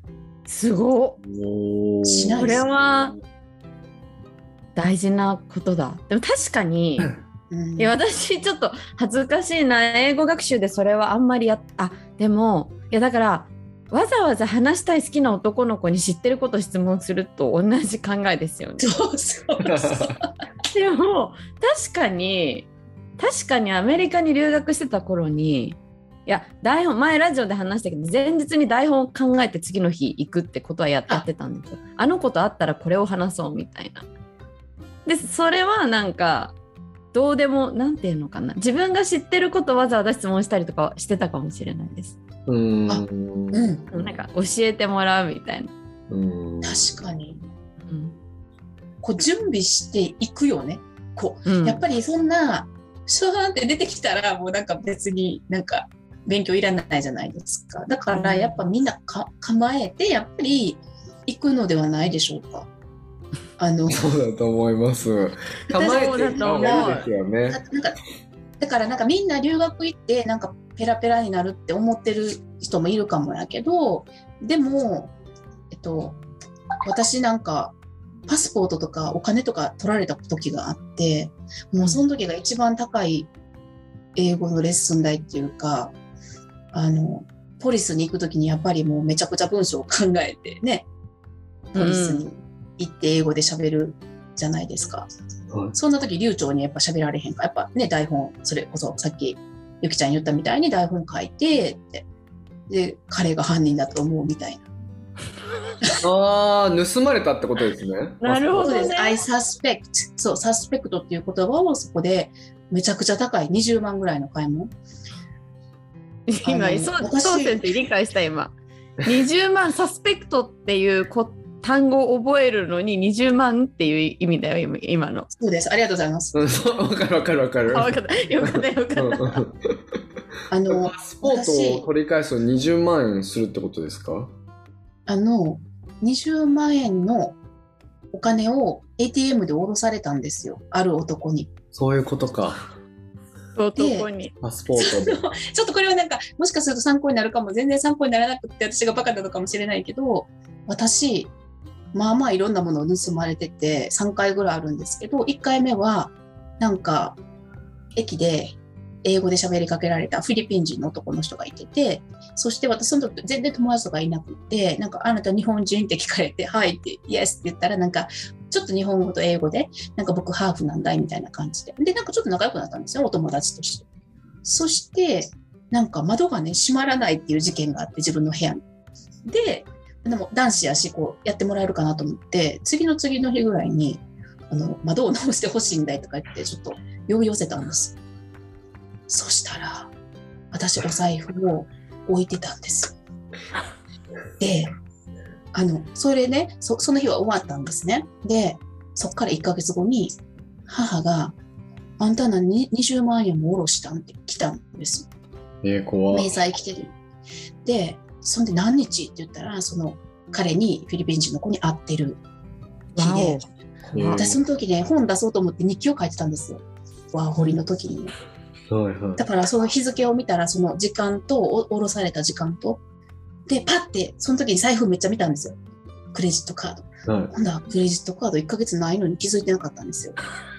すごおーしないですこれは大事なことだ。でも確かにうんいや私ちょっと恥ずかしいな。英語学習でそれはあんまりやっあでもいやだからわざわざ話したい好きな男の子に知ってることを質問すると同じ考えですよね。 そうそうそうでも確かに確かにアメリカに留学してた頃にいや台本前ラジオで話したけど前日に台本を考えて次の日行くってことはややってたんですよ。あの子と会ったらこれを話そうみたいな。でそれはなんかどうでもなんていうのかな自分が知ってることわざわざ質問したりとかしてたかもしれないです。 うーんあうんなんか教えてもらうみたいな。 うーん確かにうんこう準備していくよねこう、 うんやっぱりそんなシュワーンって出てきたらもうなんか別になんか勉強いらないじゃないですか。だからやっぱみんなか構えてやっぱり行くのではないでしょうか。あのそうだと思います。構えていった方がいいですよね。 なんかだからなんかみんな留学行ってなんかペラペラになるって思ってる人もいるかもやけどでも、えっと、私なんかパスポートとかお金とか取られた時があってもうその時が一番高い英語のレッスン代っていうかあのポリスに行く時にやっぱりもうめちゃくちゃ文章を考えてねポリスに行って英語で喋るじゃないですか。 はいそんな時流暢にやっぱ喋られへんかやっぱね台本それこそさっきゆきちゃん言ったみたいに台本書いてってで彼が犯人だと思うみたいな。 ああ、盗まれたってことですね。 なるほどねそうです。I suspect そう suspect っていう言葉をそこでめちゃくちゃ高いにじゅうまんぐらいの買い物今あのそう私そう先生理解した今にじゅうまんサスペクトっていうこ単語を覚えるのににじゅうまんっていう意味だよ今今の。 そうですありがとうございます。 うん、そう、わかるわかるわかる。 あ分かったよかったよかうんうった。 んあのパスポートを取り返すとにじゅうまん円するってことですか？ あのにじゅうまんえんのお金を エーティーエム で下ろされたんですよある男に。 そういうことか。 男に。 パスポートで。 ちょっとこれはなんかもしかすると参考になるかも全然参考にならなくて私がバカなのかもしれないけど私まあまあいろんなものを盗まれててさんかいぐらいあるんですけどいっかいめはなんか駅で英語で喋りかけられたフィリピン人の男の人がいててそして私その時全然友達とかいなくてなんかあなた日本人って聞かれてはいってイエスって言ったらなんかちょっと日本語と英語でなんか僕ハーフなんだいみたいな感じででなんかちょっと仲良くなったんですよお友達として。そしてなんか窓がね閉まらないっていう事件があって自分の部屋にででも男子やしこうやってもらえるかなと思って次の次の日ぐらいにあの窓を直してほしいんだいとか言ってちょっと呼び寄せたんです。そしたら私お財布を置いてたんです。であのそれね そ, その日は終わったんですね。でそっからいっかげつごに母があんた何ににじゅうまんえんも下ろしたんって来たんです。 えー、怖い。 明細来てる。でそんで何日って言ったらその彼にフィリピン人の子に会ってる日でうん私その時ね本出そうと思って日記を書いてたんですよワーホリの時に。 はいはい。 だからその日付を見たらその時間とお下ろされた時間とでパッてその時に財布めっちゃ見たんですよクレジットカード。 はいなんだクレジットカードいっかげつないのに気づいてなかったんですよ。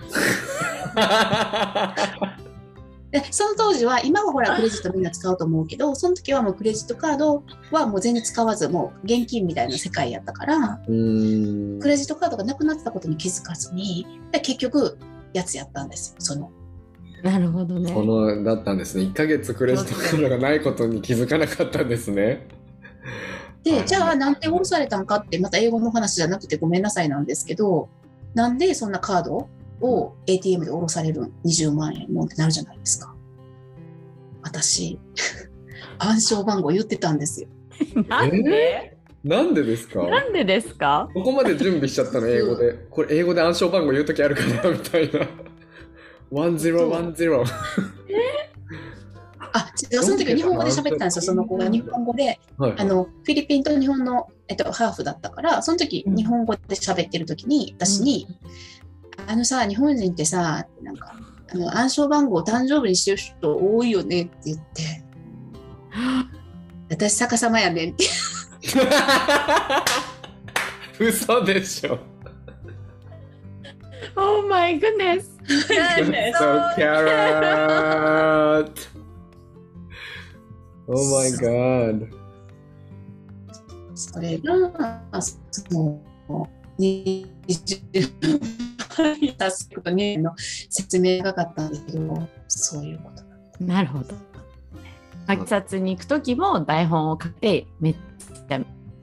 でその当時は今はほらクレジットみんな使うと思うけどその時はもうクレジットカードはもう全然使わずもう現金みたいな世界やったからうーんクレジットカードがなくなってたことに気づかずにで結局やつやったんですよその。 なるほどね。 このだったんですね。いっかげつクレジットカードがないことに気づかなかったんですね。 でじゃあなんで下ろされたんかってまた英語の話じゃなくてごめんなさいなんですけどなんでそんなカードを エーティーエム で下ろされるにじゅうまんえんもってなるじゃないですか。私暗証番号言ってたんですよ。 なんで、 なんでですか？ なんでですか？ ここまで準備しちゃったの英語で。これ英語で暗証番号言うときあるかなみたいな。ワンゼロワンゼロ。 あ違うその時は日本語で喋ってたんですよその子が日本語ではいあのフィリピンと日本の、えっと、ハーフだったからその時日本語で喋ってる時に私に、うん、あのさ日本人ってさなんかあの暗証番号を誕生日にしてる人多いよねって言って私逆さまやねんって嘘でしょ。 Oh my goodness. That's so carrot. Oh my god. それが、その、にじゅうタスクにの説明がかったんですけど、そういうことだ。 なるほど。挨拶に行くときも台本を書いてめっちゃ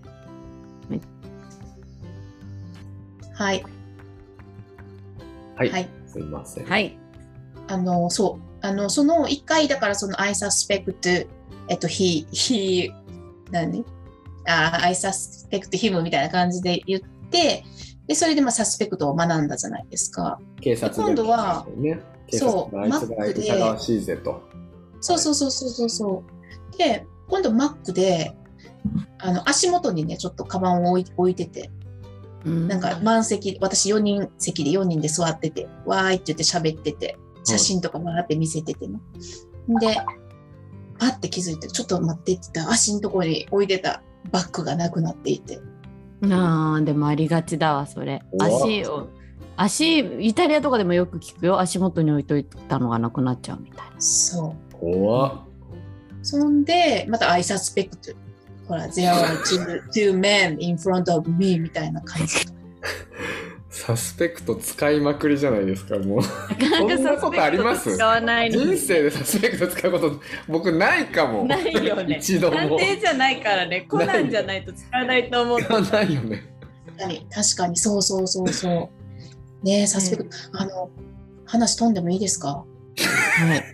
はい。 はい。 はい、 すいません。 はい。 あの、そう。あの、その一回だからその I suspect、えっと、he、he、何あ、I suspect him みたいな感じで言って、で、それでまあサスペクトを学んだじゃないですか。 警察で、 今度は、 ね、 そう、 マックで、疑わしいぜと。 そうそうそうそうそう。で、今度マックで、あの足元にね、ちょっとカバンを置い、置いてて、うん、なんか満席、私よにん席でよにんで座ってて、わーいって言って喋ってて、写真とかもらって見せててね。うん、で、パッて気づいて、ちょっと待ってって言ったら、足のところに置いてたバッグがなくなっていて。 ああ、でもありがちだわ、それ。足を、足、イタリアとかでもよく聞くよ。足元に置いといたのがなくなっちゃうみたいな。 そう。 怖っ。 そんで、また I suspect。ほら、there are two, two men in front of me みたいな感じ。 サスペクト使いまくりじゃないですか、もう。 そんなことあります？使わないの。 人生でサスペクト使うこと僕ないかも。 ないよね。 一度も。 探偵じゃないからね。コナンじゃないと使わないと思う。 使わないよね。 確かに、確かに、そうそうそうそう。ねえ、サスペクト、あの、話飛んでもいいですか？ はい。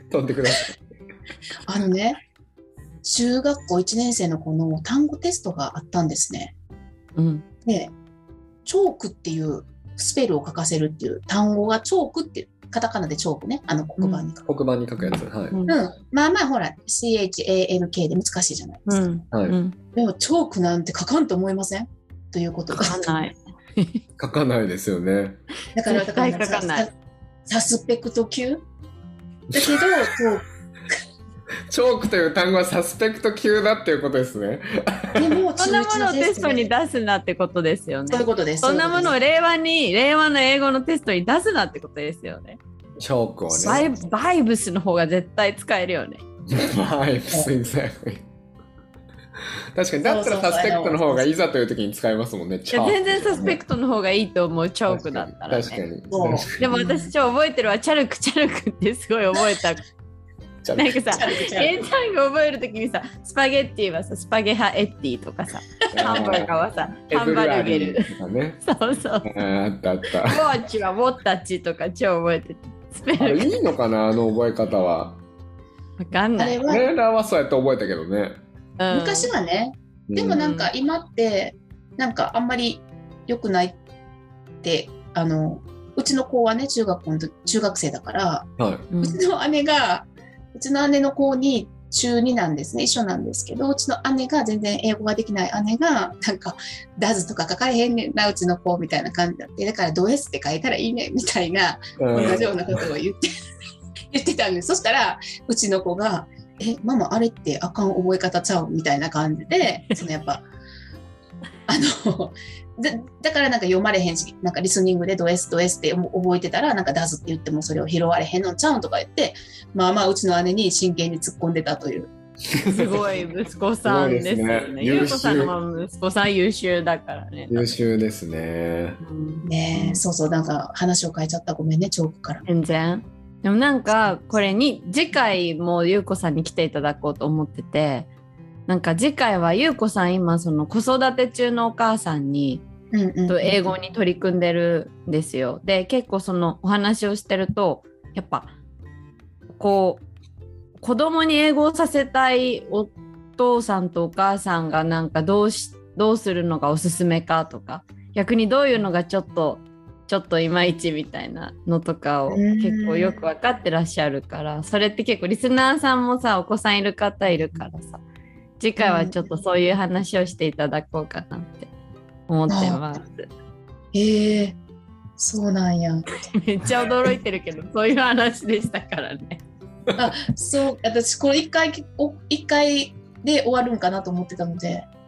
飛んでください。 あのね、中学校いちねん生の子の単語テストがあったんですね。 うん、 で、チョークっていうスペルを書かせるっていう単語がチョークっていうカタカナでチョークね、あの黒板に書く、 うん、黒板に書くやつ、はい、 うん、まあまあほら シーエイチエーエルケー で難しいじゃないですか、 うんはい、 でもチョークなんて書かんと思いません？ということが書かない書かないですよね。 だからだから書かない。 サスペクト級だけどチョークチョークという単語はサスペクト級だっていうことですね。 でもそんなものをテストに出すなってことですよね。 そういうことです。 そんなものを令和に令和の英語のテストに出すなってことですよね。 チョークをね。 バイブ、バイブスの方が絶対使えるよね。 バイブス、exactly。確かにだったらサスペクトの方がいざという時に使えますもんね。 いや全然サスペクトの方がいいと思う、チョークだったら、ね。 確かに。 確かにでも私超覚えてるわ。チャルクチャルクってすごい覚えた。なんかさ、英単語覚えるときにさ、スパゲッティはさ、スパゲハエッティとかさ、ハンバーガーはさ、ハンバルゲルとかね。 そうそう。 あったあった。 ウォッチはウォッタッチとか超覚えてて。スペルいいのかな、あの覚え方は。 わかんない。 あレーラーはそうやって覚えたけどね。 うん、 昔はね、でもなんか今ってなんかあんまり良くないってあのうちの子はね中学校の中学生だから、 はい、 うちの姉がうちの姉の子に中になんですね、一緒なんですけど、うちの姉が全然英語ができない姉がなんかダズとか書かれへんねんなうちの子みたいな感じだって、だからド S って書いたらいいねみたいな同じようなことを言って言ってたんです。そしたらうちの子がえママあれってあかん覚え方ちゃうみたいな感じでそのやっぱあのだ, だからなんか読まれへんし、なんかリスニングでド S ド S って覚えてたらなんかダズって言ってもそれを拾われへんのちゃうんとか言って、まあまあうちの姉に真剣に突っ込んでたという。 すごい息子さんですね。ゆうこさんの息子さん優秀だからね。 優秀ですね。 うん、ねえ、そうそう、なんか話を変えちゃった、ごめんねチョークから。 全然。でもなんかこれに次回もゆうこさんに来ていただこうと思ってて、なんか次回はゆうこさん今その子育て中のお母さんに、うんうんうん、と英語に取り組んでるんですよ。で結構そのお話をしてるとやっぱこう子供に英語をさせたいお父さんとお母さんがなんかどうしどうするのがおすすめかとか、逆にどういうのがちょっとちょっといまいちみたいなのとかを結構よく分かってらっしゃるから、それって結構リスナーさんもさお子さんいる方いるからさ、次回はちょっとそういう話をしていただこうかなって思ってます。 へえー、そうなんや。 めっちゃ驚いてるけどそういう話でしたからね。 あ、そう、私これ一回一回で終わるんかなと思ってたので。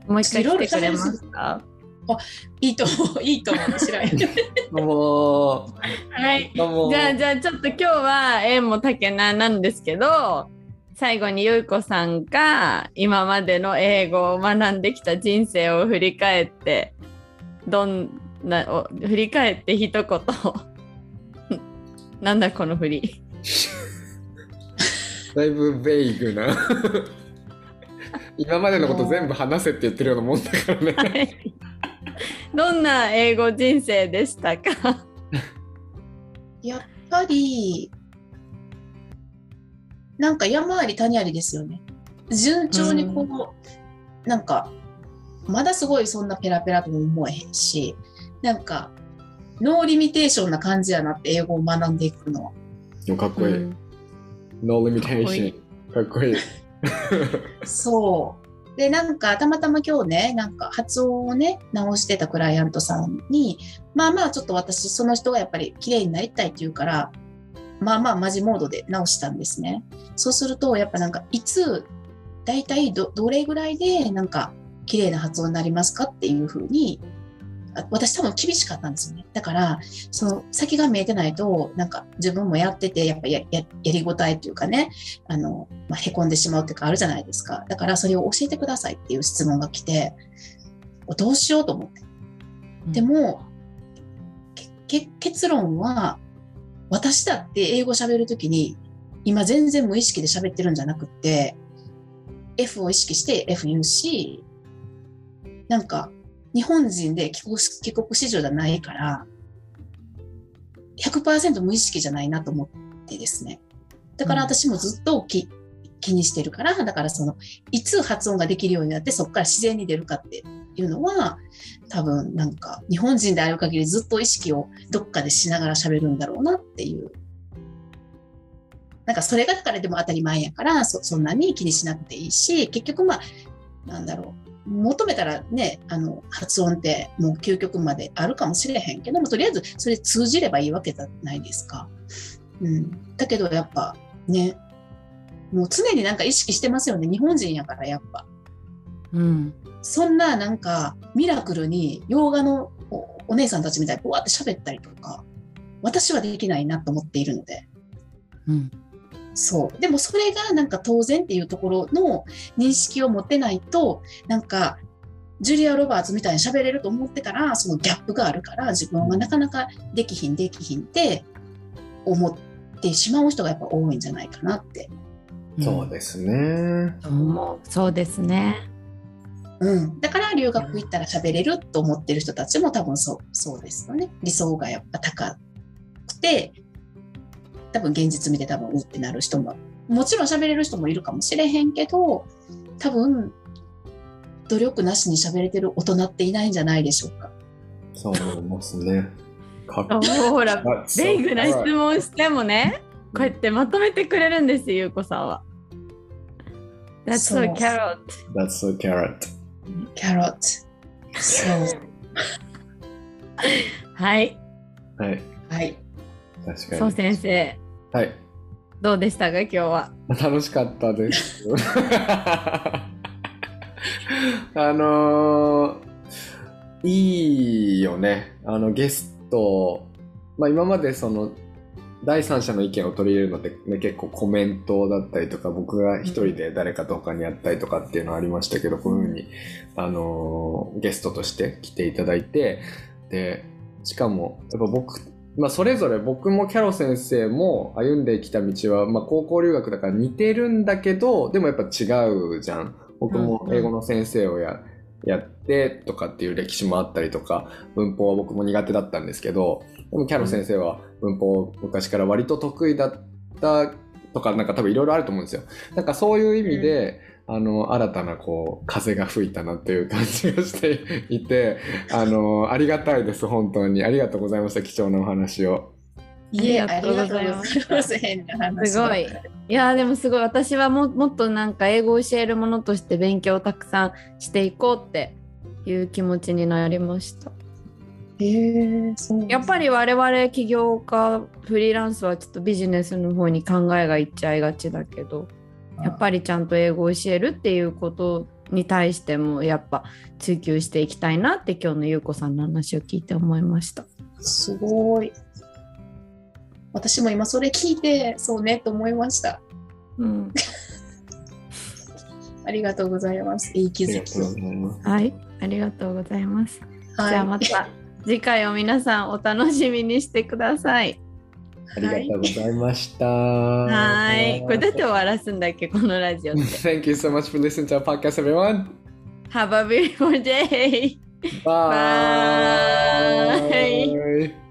もう一回来てくれますか？ あ、いいと思う、いいと思う、知らない。 どうもはい。 どうもじゃあ、じゃあちょっと今日は縁も竹菜なんですけど、最後にゆいこさんが今までの英語を学んできた人生を振り返って、どんな、を振り返って一言。なんだこの振り。 だいぶベイグな今までのこと全部話せって言ってるようなもんだからね、 はい、どんな英語人生でしたか？ やっぱりなんか山あり谷ありですよね。順調にこう、うん、なんかまだすごいそんなペラペラとも思えへんし、なんかノーリミテーションな感じやなって英語を学んでいくのは。 かっこいい、うん、ノーリミテーションかっこいいそうで、なんかたまたま今日ね、なんか発音をね直してたクライアントさんに、まあまあちょっと私その人がやっぱり綺麗になりたいって言うから、まあまあマジモードで直したんですね。そうするとやっぱなんかいつだいたい ど, どれぐらいでなんか綺麗な発音になりますかっていうふうに、私多分厳しかったんですよね。だからその先が見えてないと、なんか自分もやっててやっぱ や, や, やりごたえというかね、あの、まあ、へこんでしまうっていうかあるじゃないですか。だからそれを教えてくださいっていう質問が来て、どうしようと思って、うん、でもけ結論は、私だって英語喋るときに今全然無意識で喋ってるんじゃなくって、 F を意識して F 言うし、なんか日本人で帰国、帰国子女じゃないから ひゃくパーセント 無意識じゃないなと思ってですね。だから私もずっと気、気にしてるから、だからそのいつ発音ができるようになってそこから自然に出るかっていうのは、多分なんか日本人である限りずっと意識をどっかでしながら喋るんだろうなっていう。なんかそれがだからでも当たり前やから、 そ, そんなに気にしなくていいし、結局まあなんだろう、求めたらね、あの発音ってもう究極まであるかもしれへんけども、とりあえずそれ通じればいいわけじゃないですか。うん、だけどやっぱね、もう常になんか意識してますよね、日本人やからやっぱ。うん、そんななんかミラクルに洋画の お, お姉さんたちみたいにこうやって喋ったりとか、私はできないなと思っているので。うん、そうでもそれがなんか当然っていうところの認識を持ってないと、なんかジュリア・ロバーツみたいに喋れると思ってたら、そのギャップがあるから自分はなかなかできひんできひんって思ってしまう人がやっぱ多いんじゃないかなって。 そうですね、 うん、そうですね、 うん、だから留学行ったら喋れると思ってる人たちも多分そう、そうですよね。理想がやっぱ高くて、多分現実見て多分うってなる人ももちろん喋れる人もいるかもしれへんけど、多分努力なしに喋れてる大人っていないんじゃないでしょうか。 そう思いますね。 かっこいい。ほらベイグな質問してもね、こうやってまとめてくれるんですよ、ゆうこさんは。 That's so carrot. That's so carrot. Carrot. そうはいはいはい、 確かに。そう先生、 はい、 どうでしたか今日は。 楽しかったですあのー、いいよね、あのゲスト、まあ、今までその第三者の意見を取り入れるのって、ね、結構コメントだったりとか、僕が一人で誰かと他にやったりとかっていうのはありましたけど、こういうふうに、あのー、ゲストとして来ていただいて、でしかもやっぱ僕、まあ、それぞれ僕もキャロ先生も歩んできた道は、まあ、高校留学だから似てるんだけど、でもやっぱ違うじゃん。僕も英語の先生を や,、うん、やってとかっていう歴史もあったりとか、文法は僕も苦手だったんですけど、でもキャロ先生は文法昔から割と得意だったとか、なんか多分いろいろあると思うんですよ。なんかそういう意味で、うん、あの新たなこう風が吹いたなという感じがしていて、あのありがたいです。本当にありがとうございました。貴重なお話を。 いえ、ありがとうございます。 すごい。いやでもすごい、私は も, もっとなんか英語を教えるものとして勉強をたくさんしていこうっていう気持ちになりました。 へー、そうですね。 やっぱり我々起業家フリーランスはちょっとビジネスの方に考えがいっちゃいがちだけど、やっぱりちゃんと英語を教えるっていうことに対してもやっぱ追求していきたいなって今日のゆうこさんの話を聞いて思いました。 すごい。私も今それ聞いてそうねと思いました。うん。ありがとうございます。いい気づきを。 はい、ありがとうございます。はい、じゃあまた次回を皆さんお楽しみにしてください。 ありがとうございました。 はい。これどうやって終わらすんだっけ、このラジオって。 Thank you so much for listening to our podcast, everyone. Have a beautiful day. Bye. Bye.